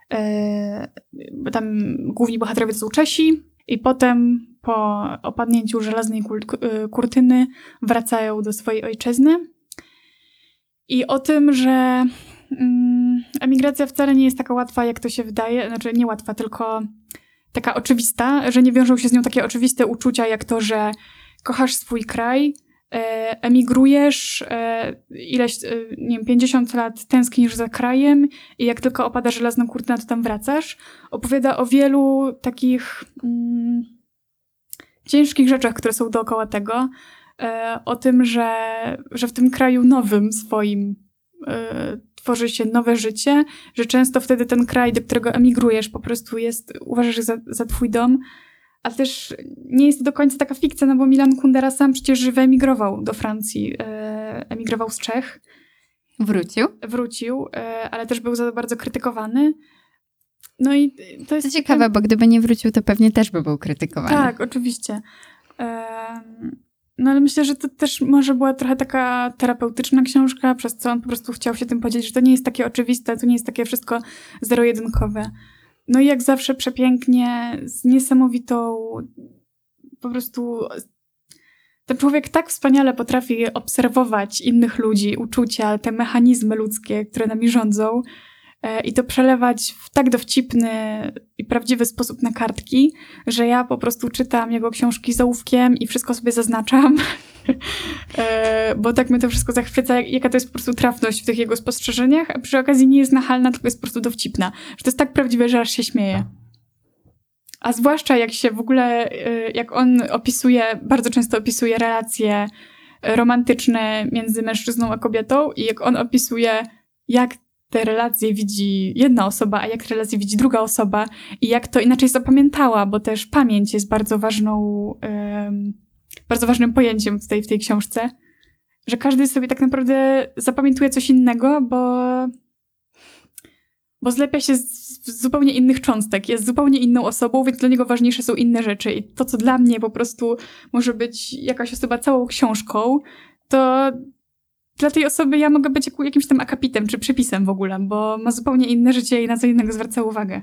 Bo tam główni bohaterowie to są Czesi i potem po opadnięciu żelaznej kurtyny wracają do swojej ojczyzny. I o tym, że mm, emigracja wcale nie jest taka łatwa, jak to się wydaje. Znaczy nie łatwa, tylko taka oczywista, że nie wiążą się z nią takie oczywiste uczucia, jak to, że kochasz swój kraj, emigrujesz, ileś, nie wiem, pięćdziesiąt lat tęsknisz za krajem i jak tylko opada żelazna kurtyna, to tam wracasz. Opowiada o wielu takich mm, ciężkich rzeczach, które są dookoła tego. E, o tym, że, że w tym kraju nowym swoim e, tworzy się nowe życie, że często wtedy ten kraj, do którego emigrujesz, po prostu jest, uważasz za, za twój dom. A też nie jest to do końca taka fikcja, no bo Milan Kundera sam przecież wyemigrował do Francji, e, emigrował z Czech. Wrócił. Wrócił, e, ale też był za bardzo krytykowany. No i to jest... To ciekawe, bo gdyby nie wrócił, to pewnie też by był krytykowany. Tak, oczywiście. E, no ale myślę, że to też może była trochę taka terapeutyczna książka, przez co on po prostu chciał się tym podzielić, że to nie jest takie oczywiste, to nie jest takie wszystko zero-jedynkowe. No i jak zawsze przepięknie, z niesamowitą po prostu... Ten człowiek tak wspaniale potrafi obserwować innych ludzi, uczucia, te mechanizmy ludzkie, które nami rządzą e, i to przelewać w tak dowcipny i prawdziwy sposób na kartki, że ja po prostu czytam jego książki z ołówkiem i wszystko sobie zaznaczam, e, bo tak mnie to wszystko zachwyca, jak, jaka to jest po prostu trafność w tych jego spostrzeżeniach, a przy okazji nie jest nachalna, tylko jest po prostu dowcipna. Że to jest tak prawdziwe, że aż się śmieje. A zwłaszcza jak się w ogóle, jak on opisuje, bardzo często opisuje relacje romantyczne między mężczyzną a kobietą i jak on opisuje, jak te relacje widzi jedna osoba, a jak te relacje widzi druga osoba i jak to inaczej zapamiętała, bo też pamięć jest bardzo ważną, um, bardzo ważnym pojęciem tutaj w tej książce, że każdy sobie tak naprawdę zapamiętuje coś innego, bo bo zlepia się z, z zupełnie innych cząstek, jest zupełnie inną osobą, więc dla niego ważniejsze są inne rzeczy. I to, co dla mnie po prostu może być jakaś osoba całą książką, to dla tej osoby ja mogę być jakimś tam akapitem czy przepisem w ogóle, bo ma zupełnie inne życie i na co innego zwraca uwagę.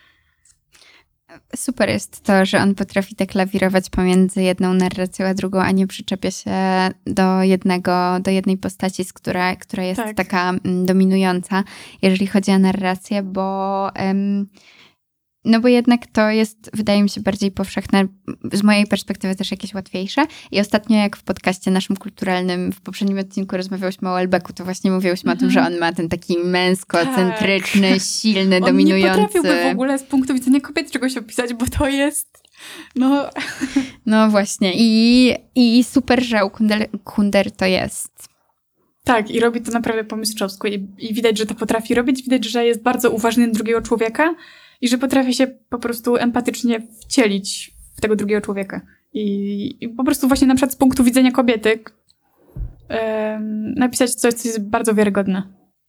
Super jest to, że on potrafi tak lawirować pomiędzy jedną narracją a drugą, a nie przyczepia się do jednego, do jednej postaci, z która, która jest tak. taka dominująca, jeżeli chodzi o narrację, bo um, no bo jednak to jest, wydaje mi się, bardziej powszechne, z mojej perspektywy też jakieś łatwiejsze. I ostatnio jak w podcaście naszym kulturalnym, w poprzednim odcinku rozmawiałyśmy o Welbecku, to właśnie mówiłyśmy mm-hmm. o tym, że on ma ten taki męskocentryczny, tak. silny, on dominujący... On nie potrafiłby w ogóle z punktu widzenia kobiety czegoś opisać, bo to jest... No, no właśnie. I, i super, że u Kunder, Kunder to jest. Tak, i robi to naprawdę po mistrzowsku. I, I widać, że to potrafi robić. Widać, że jest bardzo uważny na drugiego człowieka. I że potrafię się po prostu empatycznie wcielić w tego drugiego człowieka. I, I po prostu właśnie na przykład z punktu widzenia kobiety, ym, napisać coś, co jest bardzo wiarygodne.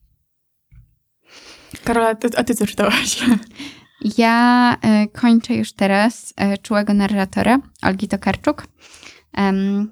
Karola, ty, a ty co czytałaś? Ja y, kończę już teraz y, Czułego narratora Olgi Tokarczuk. Um,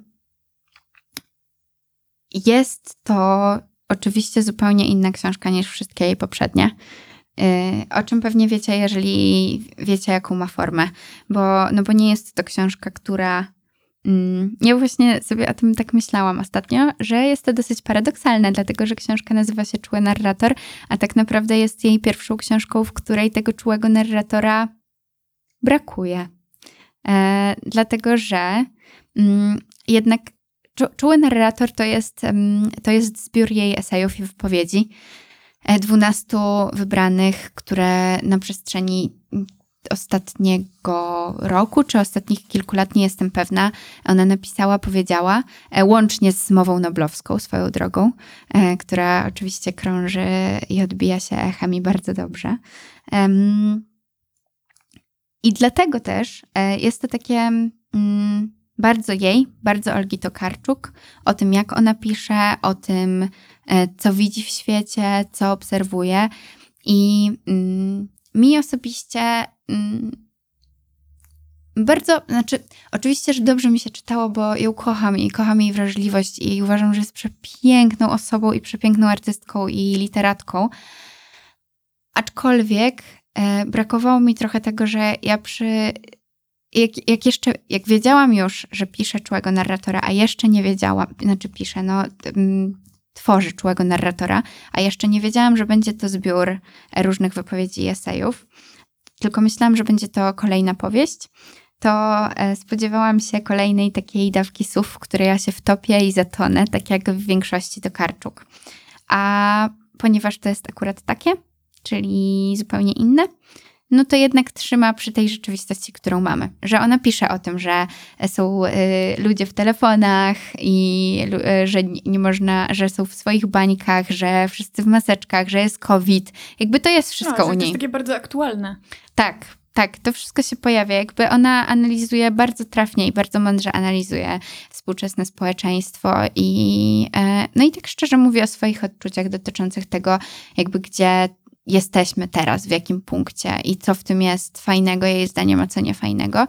jest to oczywiście zupełnie inna książka niż wszystkie jej poprzednie. Y, o czym pewnie wiecie, jeżeli wiecie, jaką ma formę. Bo, no bo nie jest to książka, która... Mm, ja właśnie sobie o tym tak myślałam ostatnio, że jest to dosyć paradoksalne, dlatego że książka nazywa się Czuły narrator, a tak naprawdę jest jej pierwszą książką, w której tego czułego narratora brakuje. E, dlatego, że mm, jednak czu, Czuły narrator to jest, um, to jest zbiór jej esejów i wypowiedzi, dwunastu wybranych, które na przestrzeni ostatniego roku, czy ostatnich kilku lat, nie jestem pewna, ona napisała, powiedziała, łącznie z Mową Noblowską, swoją drogą, która oczywiście krąży i odbija się echami bardzo dobrze. I dlatego też jest to takie bardzo jej, bardzo Olgi Tokarczuk, o tym, jak ona pisze, o tym, co widzi w świecie, co obserwuje. I mi osobiście bardzo, znaczy oczywiście, że dobrze mi się czytało, bo ją kocham i kocham jej wrażliwość i uważam, że jest przepiękną osobą i przepiękną artystką i literatką. Aczkolwiek e, brakowało mi trochę tego, że ja przy... Jak, jak jeszcze, jak wiedziałam już, że piszę Czułego narratora, a jeszcze nie wiedziałam, znaczy piszę, no m, tworzy Czułego narratora, a jeszcze nie wiedziałam, że będzie to zbiór różnych wypowiedzi i esejów, tylko myślałam, że będzie to kolejna powieść, to spodziewałam się kolejnej takiej dawki słów, w której ja się wtopię i zatonę, tak jak w większości Tokarczuk. A ponieważ to jest akurat takie, czyli zupełnie inne, no to jednak trzyma przy tej rzeczywistości, którą mamy. Że ona pisze o tym, że są y, ludzie w telefonach i y, że nie można, że są w swoich bańkach, że wszyscy w maseczkach, że jest COVID. Jakby to jest wszystko no, u niej. To jest takie bardzo aktualne. Tak, tak. To wszystko się pojawia. Jakby ona analizuje bardzo trafnie i bardzo mądrze analizuje współczesne społeczeństwo i y, no i tak szczerze mówi o swoich odczuciach dotyczących tego, jakby gdzie jesteśmy teraz, w jakim punkcie i co w tym jest fajnego, jej zdaniem, a co nie fajnego.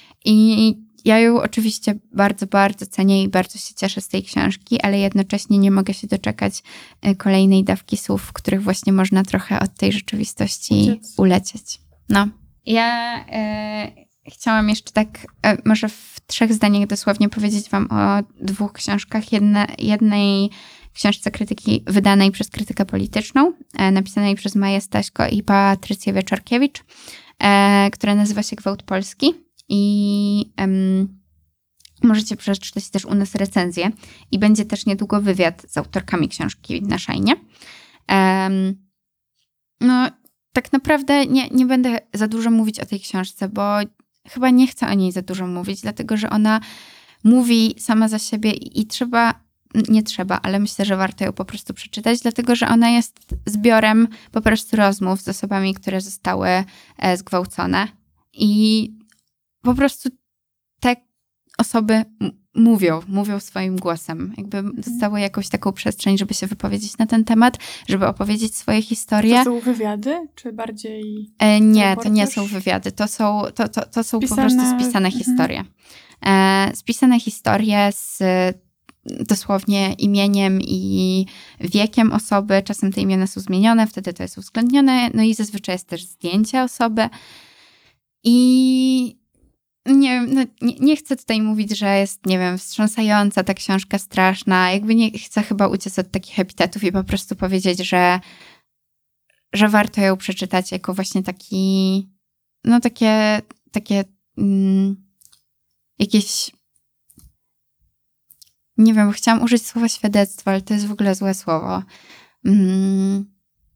I ja ją oczywiście bardzo, bardzo cenię i bardzo się cieszę z tej książki, ale jednocześnie nie mogę się doczekać kolejnej dawki słów, w których właśnie można trochę od tej rzeczywistości Uciec. ulecieć. No. Ja y, chciałam jeszcze tak y, może w trzech zdaniach dosłownie powiedzieć wam o dwóch książkach. Jedne, jednej książce krytyki wydanej przez krytykę polityczną, e, napisanej przez Maję Staśko i Patrycję Wieczorkiewicz, e, która nazywa się Gwałt Polski. I em, możecie przeczytać też u nas recenzję. I będzie też niedługo wywiad z autorkami książki na Szajnie. Em, no, tak naprawdę nie, nie będę za dużo mówić o tej książce, bo chyba nie chcę o niej za dużo mówić, dlatego że ona mówi sama za siebie i, i trzeba nie trzeba, ale myślę, że warto ją po prostu przeczytać, dlatego że ona jest zbiorem po prostu rozmów z osobami, które zostały e, zgwałcone i po prostu te osoby m- mówią, mówią swoim głosem. Jakby dostały jakąś taką przestrzeń, żeby się wypowiedzieć na ten temat, żeby opowiedzieć swoje historie. To są wywiady, czy bardziej e, Nie, reportaż? to nie są wywiady, to są, to, to, to są Spisane... po prostu spisane mhm. historie. E, spisane historie z dosłownie imieniem i wiekiem osoby. Czasem te imiona są zmienione, wtedy to jest uwzględnione. No i zazwyczaj jest też zdjęcie osoby. I nie wiem, no nie, nie chcę tutaj mówić, że jest, nie wiem, wstrząsająca ta książka, straszna. Jakby nie chcę chyba uciec od takich epitetów i po prostu powiedzieć, że, że warto ją przeczytać jako właśnie taki, no takie, takie mm, jakieś nie wiem, chciałam użyć słowa świadectwo, ale to jest w ogóle złe słowo. Mm.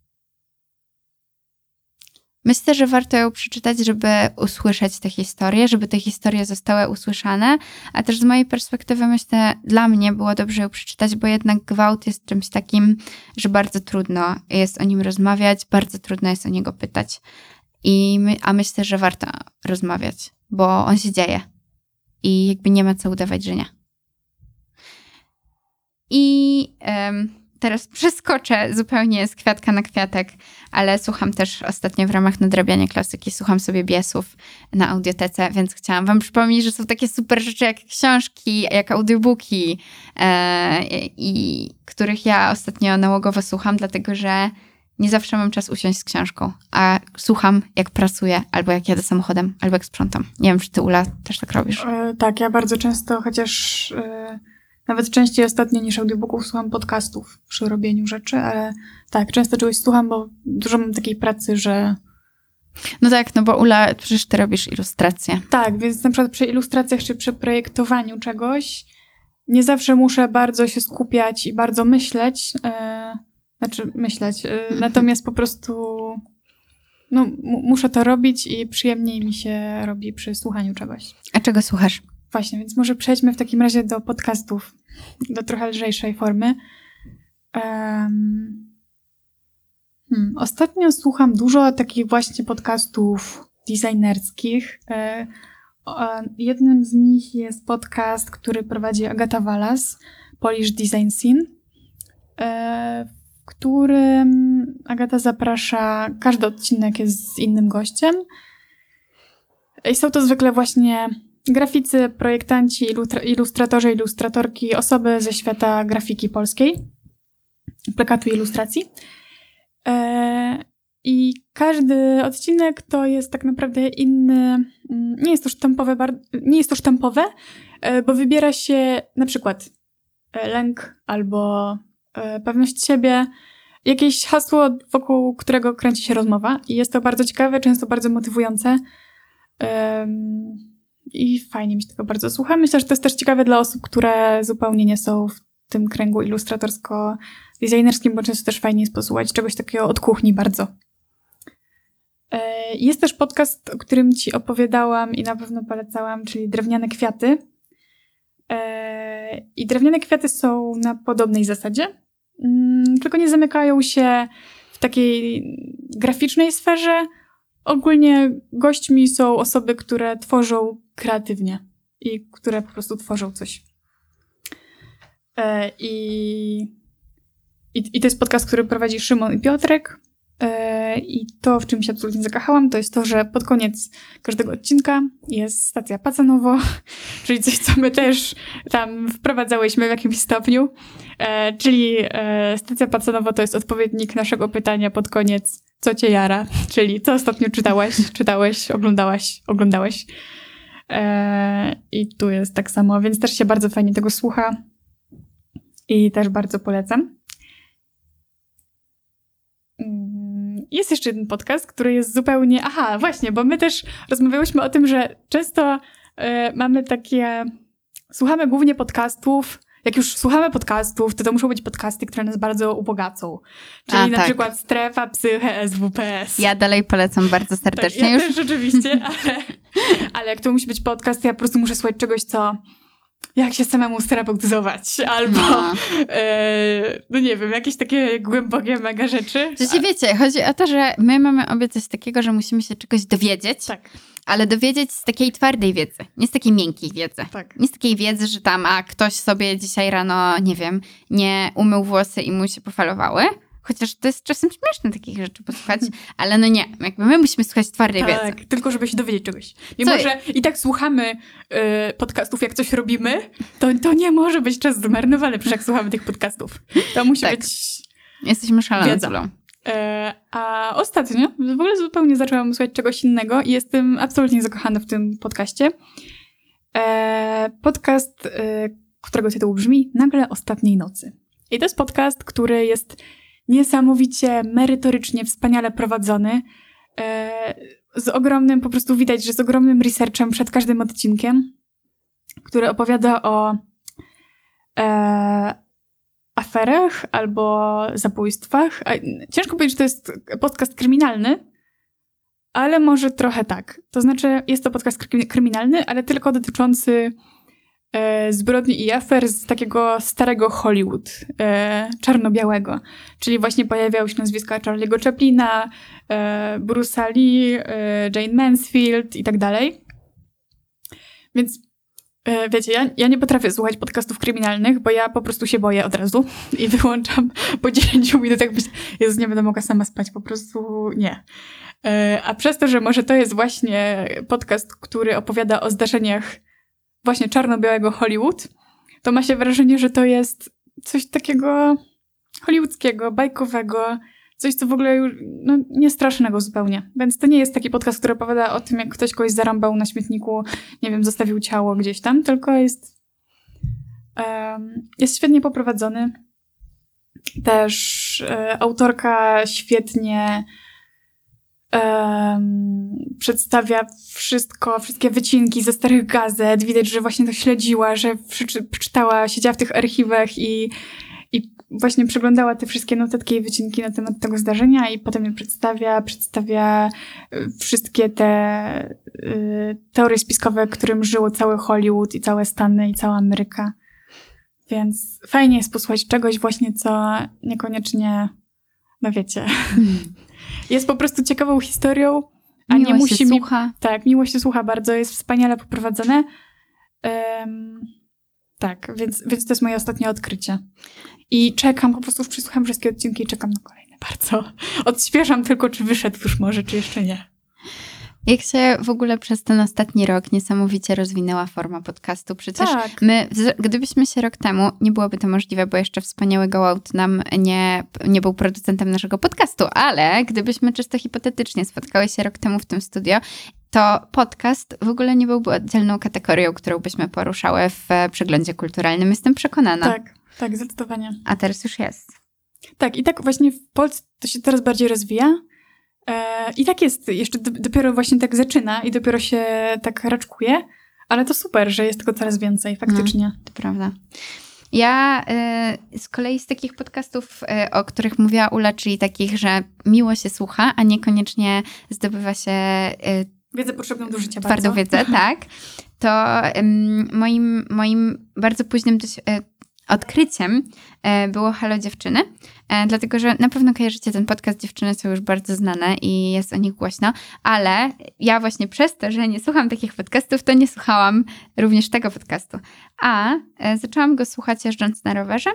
Myślę, że warto ją przeczytać, żeby usłyszeć te historie, żeby te historie zostały usłyszane, a też z mojej perspektywy myślę, dla mnie było dobrze ją przeczytać, bo jednak gwałt jest czymś takim, że bardzo trudno jest o nim rozmawiać, bardzo trudno jest o niego pytać. I my, a myślę, że warto rozmawiać, bo on się dzieje i jakby nie ma co udawać, że nie. I um, teraz przeskoczę zupełnie z kwiatka na kwiatek, ale słucham też ostatnio w ramach nadrabiania klasyki, słucham sobie Biesów na audiotece, więc chciałam wam przypomnieć, że są takie super rzeczy jak książki, jak audiobooki, e, i których ja ostatnio nałogowo słucham, dlatego że nie zawsze mam czas usiąść z książką, a słucham jak pracuję, albo jak jadę samochodem, albo jak sprzątam. Nie wiem, czy ty, Ula, też tak robisz? E, tak, ja bardzo często, chociaż e, nawet częściej ostatnio niż audiobooków słucham podcastów przy robieniu rzeczy, ale tak, często czegoś słucham, bo dużo mam takiej pracy, że... No tak, no bo Ula, przecież ty robisz ilustrację. Tak, więc na przykład przy ilustracjach czy przy projektowaniu czegoś nie zawsze muszę bardzo się skupiać i bardzo myśleć, e, znaczy myśleć, e, natomiast po prostu no, m- muszę to robić i przyjemniej mi się robi przy słuchaniu czegoś. A czego słuchasz? Właśnie, więc może przejdźmy w takim razie do podcastów, do trochę lżejszej formy. Um, hmm, ostatnio słucham dużo takich właśnie podcastów designerskich. E, o, jednym z nich jest podcast, który prowadzi Agata Walas, Polish Design Scene, e, w którym Agata zaprasza, każdy odcinek jest z innym gościem. I są to zwykle właśnie graficy, projektanci, ilustra- ilustratorzy, ilustratorki, osoby ze świata grafiki polskiej, plakatu i ilustracji. E, I każdy odcinek to jest tak naprawdę inny, nie jest to sztampowe, bar- nie jest to sztampowe, e, bo wybiera się na przykład lęk albo e, pewność siebie, jakieś hasło, wokół którego kręci się rozmowa i jest to bardzo ciekawe, często bardzo motywujące. Um, I fajnie mi się tego bardzo słucha. Myślę, że to jest też ciekawe dla osób, które zupełnie nie są w tym kręgu ilustratorsko-designerskim, bo często też fajnie jest posłuchać czegoś takiego od kuchni bardzo. Jest też podcast, o którym ci opowiadałam i na pewno polecałam, czyli Drewniane Kwiaty. I Drewniane Kwiaty są na podobnej zasadzie, tylko nie zamykają się w takiej graficznej sferze. Ogólnie gośćmi są osoby, które tworzą kreatywnie i które po prostu tworzą coś. E, i, i, I to jest podcast, który prowadzi Szymon i Piotrek. E, I to, w czym się absolutnie zakochałam, to jest to, że pod koniec każdego odcinka jest stacja Pacanowo, czyli coś, co my też tam wprowadzałyśmy w jakimś stopniu. E, czyli e, stacja Pacanowo to jest odpowiednik naszego pytania pod koniec, co cię jara, czyli co ostatnio czytałaś, czytałeś, oglądałaś, oglądałeś. E, I tu jest tak samo, więc też się bardzo fajnie tego słucha i też bardzo polecam. Jest jeszcze jeden podcast, który jest zupełnie... Aha, właśnie, bo my też rozmawiałyśmy o tym, że często e, mamy takie... Słuchamy głównie podcastów. Jak już słuchamy podcastów, to to muszą być podcasty, które nas bardzo ubogacą. Czyli A, na tak. przykład Strefa, Psyche, S W P S. Ja dalej polecam bardzo serdecznie. Tak, ja już. też oczywiście, ale, ale jak to musi być podcast, to ja po prostu muszę słuchać czegoś, co... Jak się samemu sterapeutyzować, albo No. e, no nie wiem, jakieś takie głębokie mega rzeczy. To się wiecie, chodzi o to, że my mamy obie coś takiego, że musimy się czegoś dowiedzieć, Tak, ale dowiedzieć z takiej twardej wiedzy, nie z takiej miękkiej wiedzy. tak. Nie z takiej wiedzy, że tam, a ktoś sobie dzisiaj rano, nie wiem, nie umył włosy i mu się pofalowały. Chociaż to jest czasem śmieszne takich rzeczy posłuchać, ale no nie, jakby my musimy słuchać twardej wiedzy. Tak, tylko żeby się dowiedzieć czegoś. Mimo, Co- że i tak słuchamy y, podcastów, jak coś robimy, to, to nie może być czas zmarnowany, przecież jak słuchamy tych podcastów. To musi Tak. być... Jesteśmy szalone Wiedza. z Ulą. E, a ostatnio w ogóle zupełnie zaczęłam słuchać czegoś innego i jestem absolutnie zakochana w tym podcaście. E, podcast, e, którego tytuł brzmi Nagle Ostatniej Nocy. I to jest podcast, który jest niesamowicie merytorycznie, wspaniale prowadzony. E, z ogromnym, po prostu widać, że z ogromnym researchem przed każdym odcinkiem, który opowiada o e, aferach albo zabójstwach. A, ciężko powiedzieć, że to jest podcast kryminalny, ale może trochę tak. To znaczy, jest to podcast kry- kryminalny, ale tylko dotyczący e, zbrodni i afer z takiego starego Hollywood, e, czarno-białego. Czyli właśnie pojawiały się nazwiska Charlie'ego Chaplina, e, Bruce'a Lee, e, Jane Mansfield i tak dalej. Więc Wiecie, ja, ja nie potrafię słuchać podcastów kryminalnych, bo ja po prostu się boję od razu i wyłączam po dziesięciu minutach. Myślę, Jezu, nie będę mogła sama spać, po prostu nie. A przez to, że może to jest właśnie podcast, który opowiada o zdarzeniach właśnie czarno-białego Hollywood, to ma się wrażenie, że to jest coś takiego hollywoodzkiego, bajkowego, coś, co w ogóle już no, niestrasznego zupełnie. Więc to nie jest taki podcast, który opowiada o tym, jak ktoś kogoś zarąbał na śmietniku, nie wiem, zostawił ciało gdzieś tam, tylko jest um, jest świetnie poprowadzony. Też e, autorka świetnie um, przedstawia wszystko, wszystkie wycinki ze starych gazet. Widać, że właśnie to śledziła, że przeczytała, siedziała w tych archiwach i I właśnie przeglądała te wszystkie notatki i wycinki na temat tego zdarzenia i potem je przedstawia, przedstawia wszystkie te y, teorie spiskowe, którym żyło cały Hollywood i całe Stany i cała Ameryka. Więc fajnie jest posłuchać czegoś właśnie, co niekoniecznie, no wiecie, jest po prostu ciekawą historią, a miło nie musi... się mi... słucha. Tak, miło się słucha bardzo, jest wspaniale poprowadzone. Um, tak, więc, więc to jest moje ostatnie odkrycie. I czekam, po prostu już przysłucham wszystkie odcinki i czekam na kolejne bardzo. Odświeżam tylko, czy wyszedł już może, czy jeszcze nie. Jak się w ogóle przez ten ostatni rok niesamowicie rozwinęła forma podcastu. Przecież tak. my, gdybyśmy się rok temu, nie byłoby to możliwe, bo jeszcze wspaniały Gołąt nam nie, nie był producentem naszego podcastu, ale gdybyśmy czysto hipotetycznie spotkały się rok temu w tym studio, to podcast w ogóle nie byłby oddzielną kategorią, którą byśmy poruszały w przeglądzie kulturalnym. Jestem przekonana. Tak, tak, zdecydowanie. A teraz już jest. Tak, i tak właśnie w Polsce to się coraz bardziej rozwija. E, I tak jest, jeszcze do, dopiero właśnie tak zaczyna i dopiero się tak raczkuje, ale to super, że jest tego coraz więcej, faktycznie. No, to prawda. Ja y, z kolei z takich podcastów, y, o których mówiła Ula, czyli takich, że miło się słucha, a niekoniecznie zdobywa się y, wiedzę potrzebną do życia twardą bardzo. wiedzę, tak, to y, moim, moim bardzo późnym dość, y, odkryciem y, było Halo Dziewczyny, y, dlatego, że na pewno kojarzycie ten podcast, dziewczyny są już bardzo znane i jest o nich głośno, ale ja właśnie przez to, że nie słucham takich podcastów, to nie słuchałam również tego podcastu. A y, zaczęłam go słuchać jeżdżąc na rowerze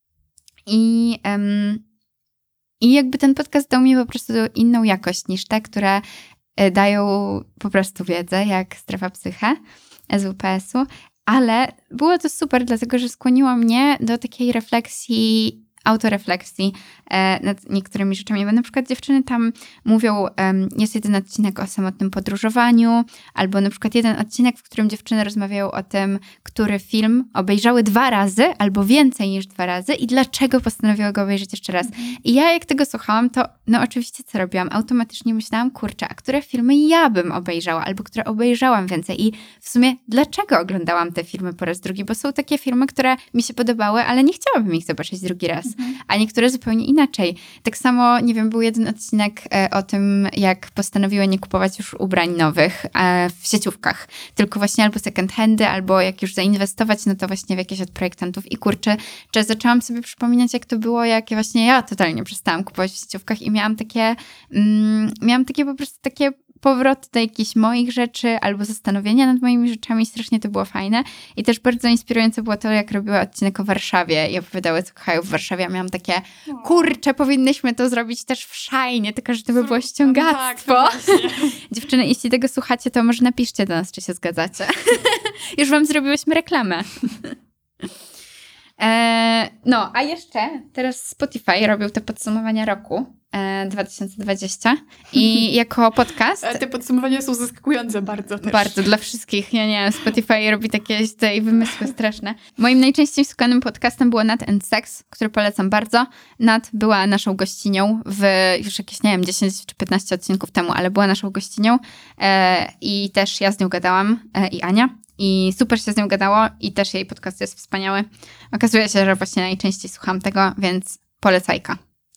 i, ym, i jakby ten podcast dał mi po prostu inną jakość niż te, które y, dają po prostu wiedzę, jak Strefa Psyche z W P S u, ale było to super, dlatego że skłoniło mnie do takiej refleksji, autorefleksji e, nad niektórymi rzeczami. Bo na przykład dziewczyny tam mówią, um, jest jeden odcinek o samotnym podróżowaniu, albo na przykład jeden odcinek, w którym dziewczyny rozmawiają o tym, który film obejrzały dwa razy, albo więcej niż dwa razy i dlaczego postanowiły go obejrzeć jeszcze raz. Mhm. I ja jak tego słuchałam, to no oczywiście co robiłam? Automatycznie myślałam, kurczę, a które filmy ja bym obejrzała, albo które obejrzałam więcej. I w sumie dlaczego oglądałam te filmy po raz drugi? Bo są takie filmy, które mi się podobały, ale nie chciałabym ich zobaczyć drugi raz. Mhm. A niektóre zupełnie inaczej. Tak samo, nie wiem, był jeden odcinek e, o tym, jak postanowiły nie kupować już ubrań nowych e, w sieciówkach, tylko właśnie albo second handy, albo jak już zainwestować, no to właśnie w jakieś od projektantów. I kurczę, czy zaczęłam sobie przypominać, jak to było, jak właśnie ja totalnie przestałam kupować w sieciówkach i miałam takie, mm, miałam takie po prostu takie powrót do jakichś moich rzeczy albo zastanowienia nad moimi rzeczami. Strasznie to było fajne. I też bardzo inspirujące było to, jak robiła odcinek o Warszawie i opowiadały, co kochają w Warszawie. Ja miałam takie, kurczę, powinnyśmy to zrobić też w Szajnie, tylko że to by było ściągactwo. No tak, Dziewczyny, jeśli tego słuchacie, to może napiszcie do nas, czy się zgadzacie. Już wam zrobiłyśmy reklamę. E, no, a jeszcze teraz Spotify robił te podsumowania roku e, dwa tysiące dwudziestego i jako podcast... Te podsumowania są zaskakujące bardzo też. Bardzo, dla wszystkich. Ja nie wiem, Spotify robi takie tutaj wymysły straszne. Moim najczęściej słuchanym podcastem było Nat and Sex, który polecam bardzo. Nat była naszą gościnią w już jakieś, nie wiem, dziesięć czy piętnaście odcinków temu, ale była naszą gościnią e, i też ja z nią gadałam e, i Ania. I super się z nią gadało i też jej podcast jest wspaniały. Okazuje się, że właśnie najczęściej słucham tego, więc polecajka.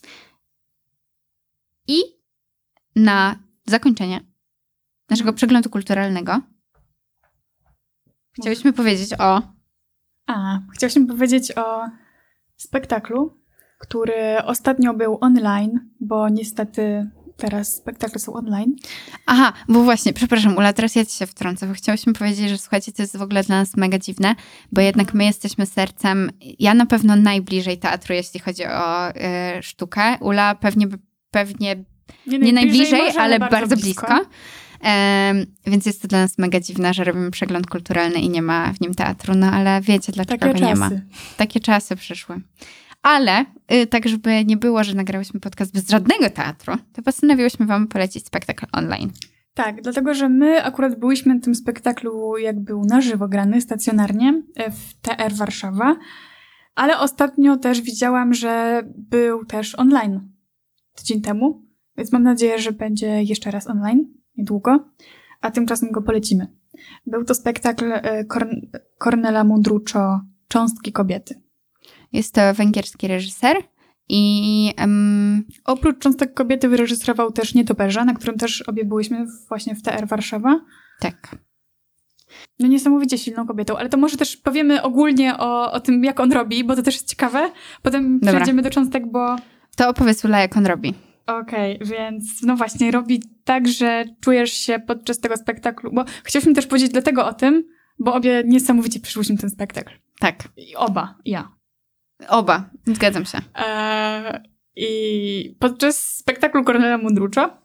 I na zakończenie naszego przeglądu kulturalnego chciałyśmy powiedzieć o... A, chciałyśmy powiedzieć o spektaklu, który ostatnio był online, bo niestety teraz spektakle są online. Aha, bo właśnie, przepraszam Ula, teraz ja ci się wtrącę, bo chciałyśmy powiedzieć, że słuchajcie, to jest w ogóle dla nas mega dziwne, bo jednak my jesteśmy sercem, ja na pewno najbliżej teatru, jeśli chodzi o y, sztukę. Ula pewnie, pewnie nie, nie najbliżej, może, ale bardzo, bardzo blisko. blisko. Um, więc jest to dla nas mega dziwne, że robimy przegląd kulturalny i nie ma w nim teatru, no ale wiecie, dlaczego Takie go nie czasy. ma. Takie czasy przyszły. Ale y, tak, żeby nie było, że nagrałyśmy podcast bez żadnego teatru, to postanowiłyśmy wam polecić spektakl online. Tak, dlatego, że my akurat byliśmy na tym spektaklu, jak był na żywo grany, stacjonarnie, w T R Warszawa, ale ostatnio też widziałam, że był też online tydzień temu, więc mam nadzieję, że będzie jeszcze raz online niedługo, a tymczasem go polecimy. Był to spektakl Korn- Kornela Mundruczo Cząstki kobiety. Jest to węgierski reżyser i... Um... Oprócz Cząstek kobiety wyreżyserował też Nietoperza, na którym też obie byłyśmy właśnie w T R Warszawa. Tak. No niesamowicie silną kobietą, ale to może też powiemy ogólnie o, o tym, jak on robi, bo to też jest ciekawe. Potem Dobra. przejdziemy do cząstek, bo... To opowiedz Ula, jak on robi. Okej, okay, więc no właśnie, robi tak, że czujesz się podczas tego spektaklu, bo chcieliśmy też powiedzieć dlatego o tym, bo obie niesamowicie przyszłyśmy ten spektakl. Tak. I oba, ja. Oba, zgadzam się. Eee, I podczas spektaklu Kornela Mundruczo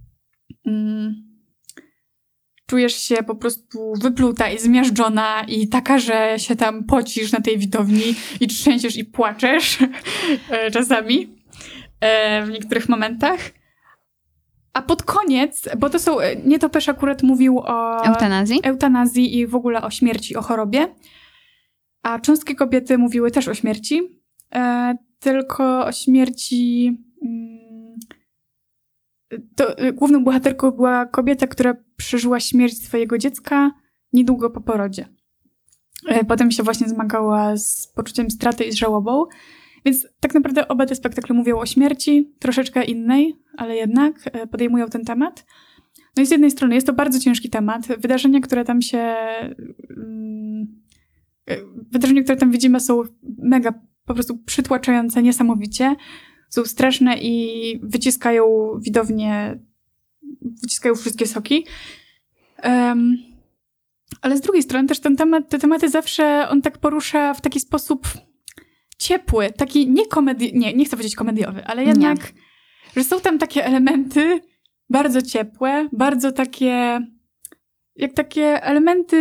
mm, czujesz się po prostu wypluta i zmiażdżona i taka, że się tam pocisz na tej widowni i trzęsiesz i płaczesz czasami e, w niektórych momentach. A pod koniec, bo to są, Nietoperz akurat mówił o eutanazji. eutanazji i w ogóle o śmierci, o chorobie. A Cząstki kobiety mówiły też o śmierci, e, tylko o śmierci... Mm, to, e, główną bohaterką była kobieta, która przeżyła śmierć swojego dziecka niedługo po porodzie. E, potem się właśnie zmagała z poczuciem straty i z żałobą. Więc tak naprawdę oba te spektakle mówią o śmierci, troszeczkę innej, ale jednak e, podejmują ten temat. No i z jednej strony jest to bardzo ciężki temat. Wydarzenia, które tam się... Mm, Wydarzenia, które tam widzimy, są mega po prostu przytłaczające, niesamowicie. Są straszne i wyciskają widownię, wyciskają wszystkie soki. Um, ale z drugiej strony też ten temat, te tematy zawsze on tak porusza w taki sposób ciepły, taki nie komedi... Nie, nie chcę powiedzieć komediowy, ale jednak, nie. Że są tam takie elementy bardzo ciepłe, bardzo takie... Jak takie elementy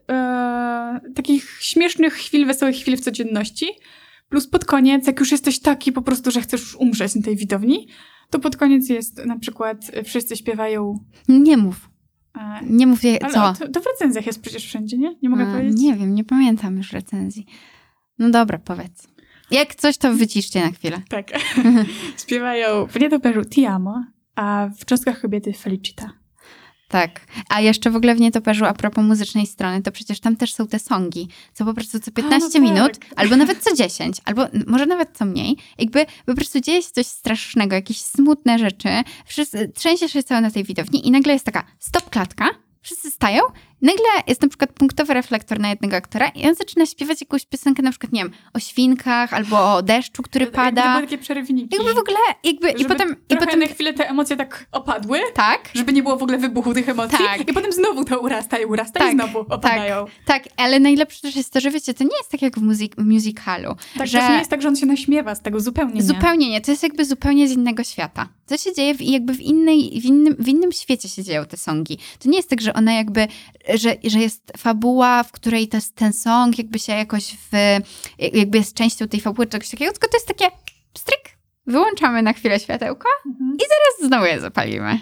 e, takich śmiesznych chwil, wesołych chwil w codzienności. Plus pod koniec, jak już jesteś taki po prostu, że chcesz umrzeć na tej widowni, to pod koniec jest na przykład wszyscy śpiewają... Nie mów. E, nie mów, je, ale co? To, to w recenzjach jest przecież wszędzie, nie? Nie mogę A, powiedzieć? Nie wiem, nie pamiętam już recenzji. No dobra, powiedz. Jak coś, to wyciszcie na chwilę. Tak. Śpiewają w Nietoperzu Ti amo, a w Cząstkach kobiety Felicita. Tak. A jeszcze w ogóle w Nietoperzu, a propos muzycznej strony, to przecież tam też są te songi, co po prostu co piętnaście a, no minut, tak. albo nawet co dziesięć, albo może nawet co mniej. Jakby po prostu dzieje się coś strasznego, jakieś smutne rzeczy, wszyscy, trzęsie się całe na tej widowni i nagle jest taka stop klatka, wszyscy stają, nagle jest na przykład punktowy reflektor na jednego aktora i on zaczyna śpiewać jakąś piosenkę, na przykład, nie wiem, o świnkach albo o deszczu, który pada. Jakby to były takie przerywniki. Jakby w ogóle, jakby żeby i potem... I potem na chwilę te emocje tak opadły. Tak. Żeby nie było w ogóle wybuchu tych emocji. Tak. I potem znowu to urasta i urasta tak, i znowu opadają. Tak, tak, ale najlepsze też jest to, że wiecie, to nie jest tak jak w, muzyk- w musicalu. Tak, że to nie jest tak, że on się naśmiewa z tego, zupełnie nie. Zupełnie nie, to jest jakby zupełnie z innego świata. To się dzieje w, jakby w, innej, w, innym, w innym świecie się dzieją te songi. To nie jest tak, że ona jakby, że, że jest fabuła, w której to jest ten song jakby się jakoś w, jakby jest częścią tej fabuły, czegoś takiego, tylko to jest takie stryk, wyłączamy na chwilę światełko mhm. i zaraz znowu je zapalimy.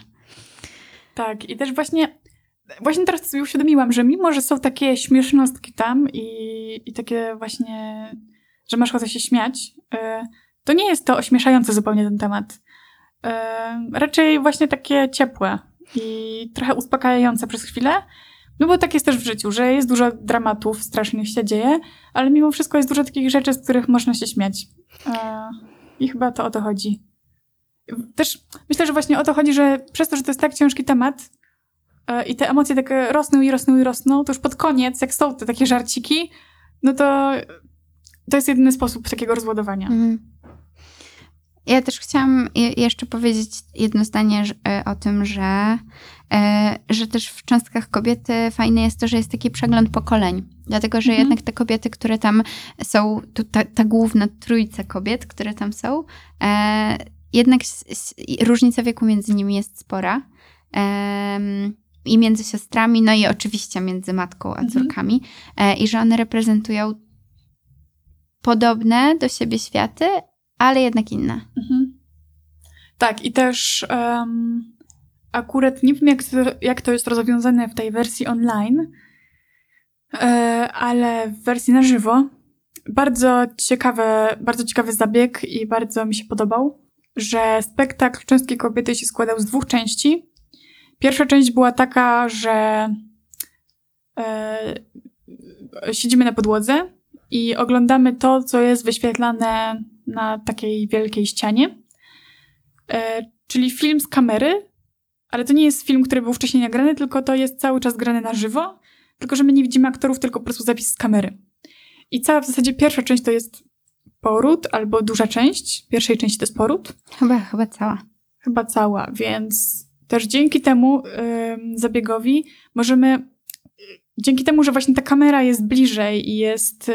Tak, i też właśnie, właśnie teraz sobie uświadomiłam, że mimo, że są takie śmiesznostki tam i, i takie właśnie, że masz ochotę się śmiać, yy, to nie jest to ośmieszające zupełnie ten temat. Yy, raczej właśnie takie ciepłe i trochę uspokajające przez chwilę. No bo tak jest też w życiu, że jest dużo dramatów strasznych się dzieje, ale mimo wszystko jest dużo takich rzeczy, z których można się śmiać. Yy, I chyba to o to chodzi. Też myślę, że właśnie o to chodzi, że przez to, że to jest tak ciężki temat yy, i te emocje tak rosną i rosną i rosną, to już pod koniec, jak są te takie żarciki, no to to jest jedyny sposób takiego rozładowania. Mm. Ja też chciałam jeszcze powiedzieć jedno zdanie o tym, że, że też w Cząstkach kobiety fajne jest to, że jest taki przegląd pokoleń. Dlatego, że mhm. jednak te kobiety, które tam są, ta, ta główna trójca kobiet, które tam są, jednak różnica wieku między nimi jest spora. I między siostrami, no i oczywiście między matką a córkami. Mhm. I że one reprezentują podobne do siebie światy, ale jednak inne. Mhm. Tak, i też um, akurat nie wiem, jak to, jak to jest rozwiązane w tej wersji online, e, ale w wersji na żywo bardzo ciekawe, bardzo ciekawy zabieg i bardzo mi się podobał, że spektakl Cząstki kobiety się składał z dwóch części. Pierwsza część była taka, że e, siedzimy na podłodze i oglądamy to, co jest wyświetlane na takiej wielkiej ścianie. E, czyli film z kamery, ale to nie jest film, który był wcześniej nagrany, tylko to jest cały czas grane na żywo, tylko że my nie widzimy aktorów, tylko po prostu zapis z kamery. I cała w zasadzie pierwsza część to jest poród, albo duża część. Pierwszej części to jest poród. Chyba, chyba cała. Chyba cała, więc też dzięki temu y, zabiegowi możemy, dzięki temu, że właśnie ta kamera jest bliżej i jest, y,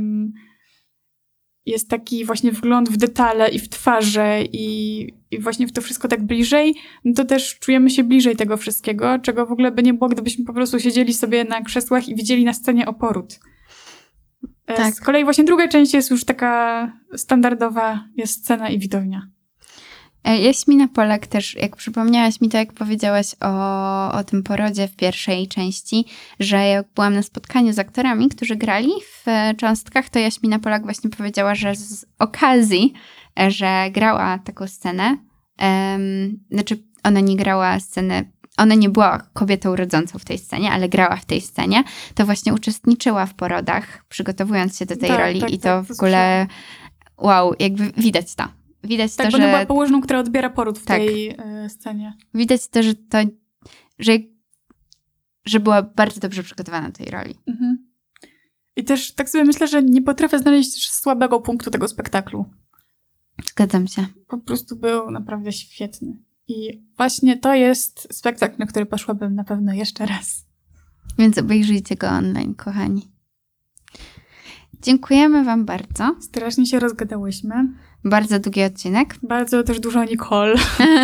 jest taki właśnie wgląd w detale i w twarze i, i właśnie w to wszystko tak bliżej, no to też czujemy się bliżej tego wszystkiego, czego w ogóle by nie było, gdybyśmy po prostu siedzieli sobie na krzesłach i widzieli na scenie oporód. Tak. Z kolei właśnie druga część jest już taka standardowa, jest scena i widownia. Jaśmina Polak też, jak przypomniałaś mi to, jak powiedziałaś o, o tym porodzie w pierwszej części, że jak byłam na spotkaniu z aktorami, którzy grali w Cząstkach, to Jaśmina Polak właśnie powiedziała, że z okazji, że grała taką scenę, um, znaczy ona nie grała sceny, ona nie była kobietą rodzącą w tej scenie, ale grała w tej scenie, to właśnie uczestniczyła w porodach, przygotowując się do tej tak, roli tak, i to tak, w ogóle wow, jakby widać to. Widać tak, to, bo że... ona była położną, która odbiera poród w tak. tej y, scenie. Widać to, że to, że, że była bardzo dobrze przygotowana do tej roli. Mhm. I też tak sobie myślę, że nie potrafię znaleźć słabego punktu tego spektaklu. Zgadzam się. Po prostu był naprawdę świetny. I właśnie to jest spektakl, na który poszłabym na pewno jeszcze raz. Więc obejrzyjcie go online, kochani. Dziękujemy wam bardzo. Strasznie się rozgadałyśmy. Bardzo długi odcinek. Bardzo też dużo Nicole.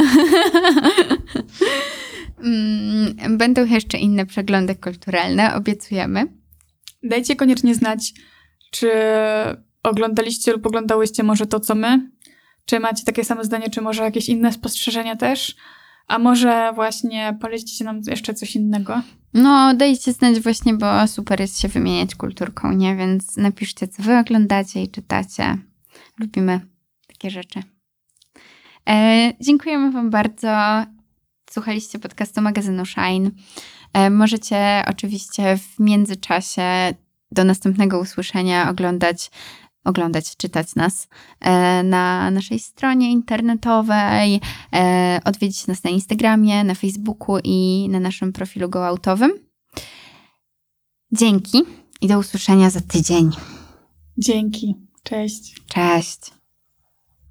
Będą jeszcze inne przeglądy kulturalne, obiecujemy. Dajcie koniecznie znać, czy oglądaliście lub oglądałyście może to, co my. Czy macie takie same zdanie, czy może jakieś inne spostrzeżenia też. A może właśnie polecicie nam jeszcze coś innego. No, dajcie znać właśnie, bo super jest się wymieniać kulturką, nie? Więc napiszcie, co wy oglądacie i czytacie. Lubimy takie rzeczy. E, dziękujemy wam bardzo. Słuchaliście podcastu magazynu Shine. E, możecie oczywiście w międzyczasie do następnego usłyszenia oglądać oglądać, czytać nas e, na naszej stronie internetowej, e, odwiedzić nas na Instagramie, na Facebooku i na naszym profilu goautowym. Dzięki i do usłyszenia za tydzień. Dzięki. Cześć. Cześć.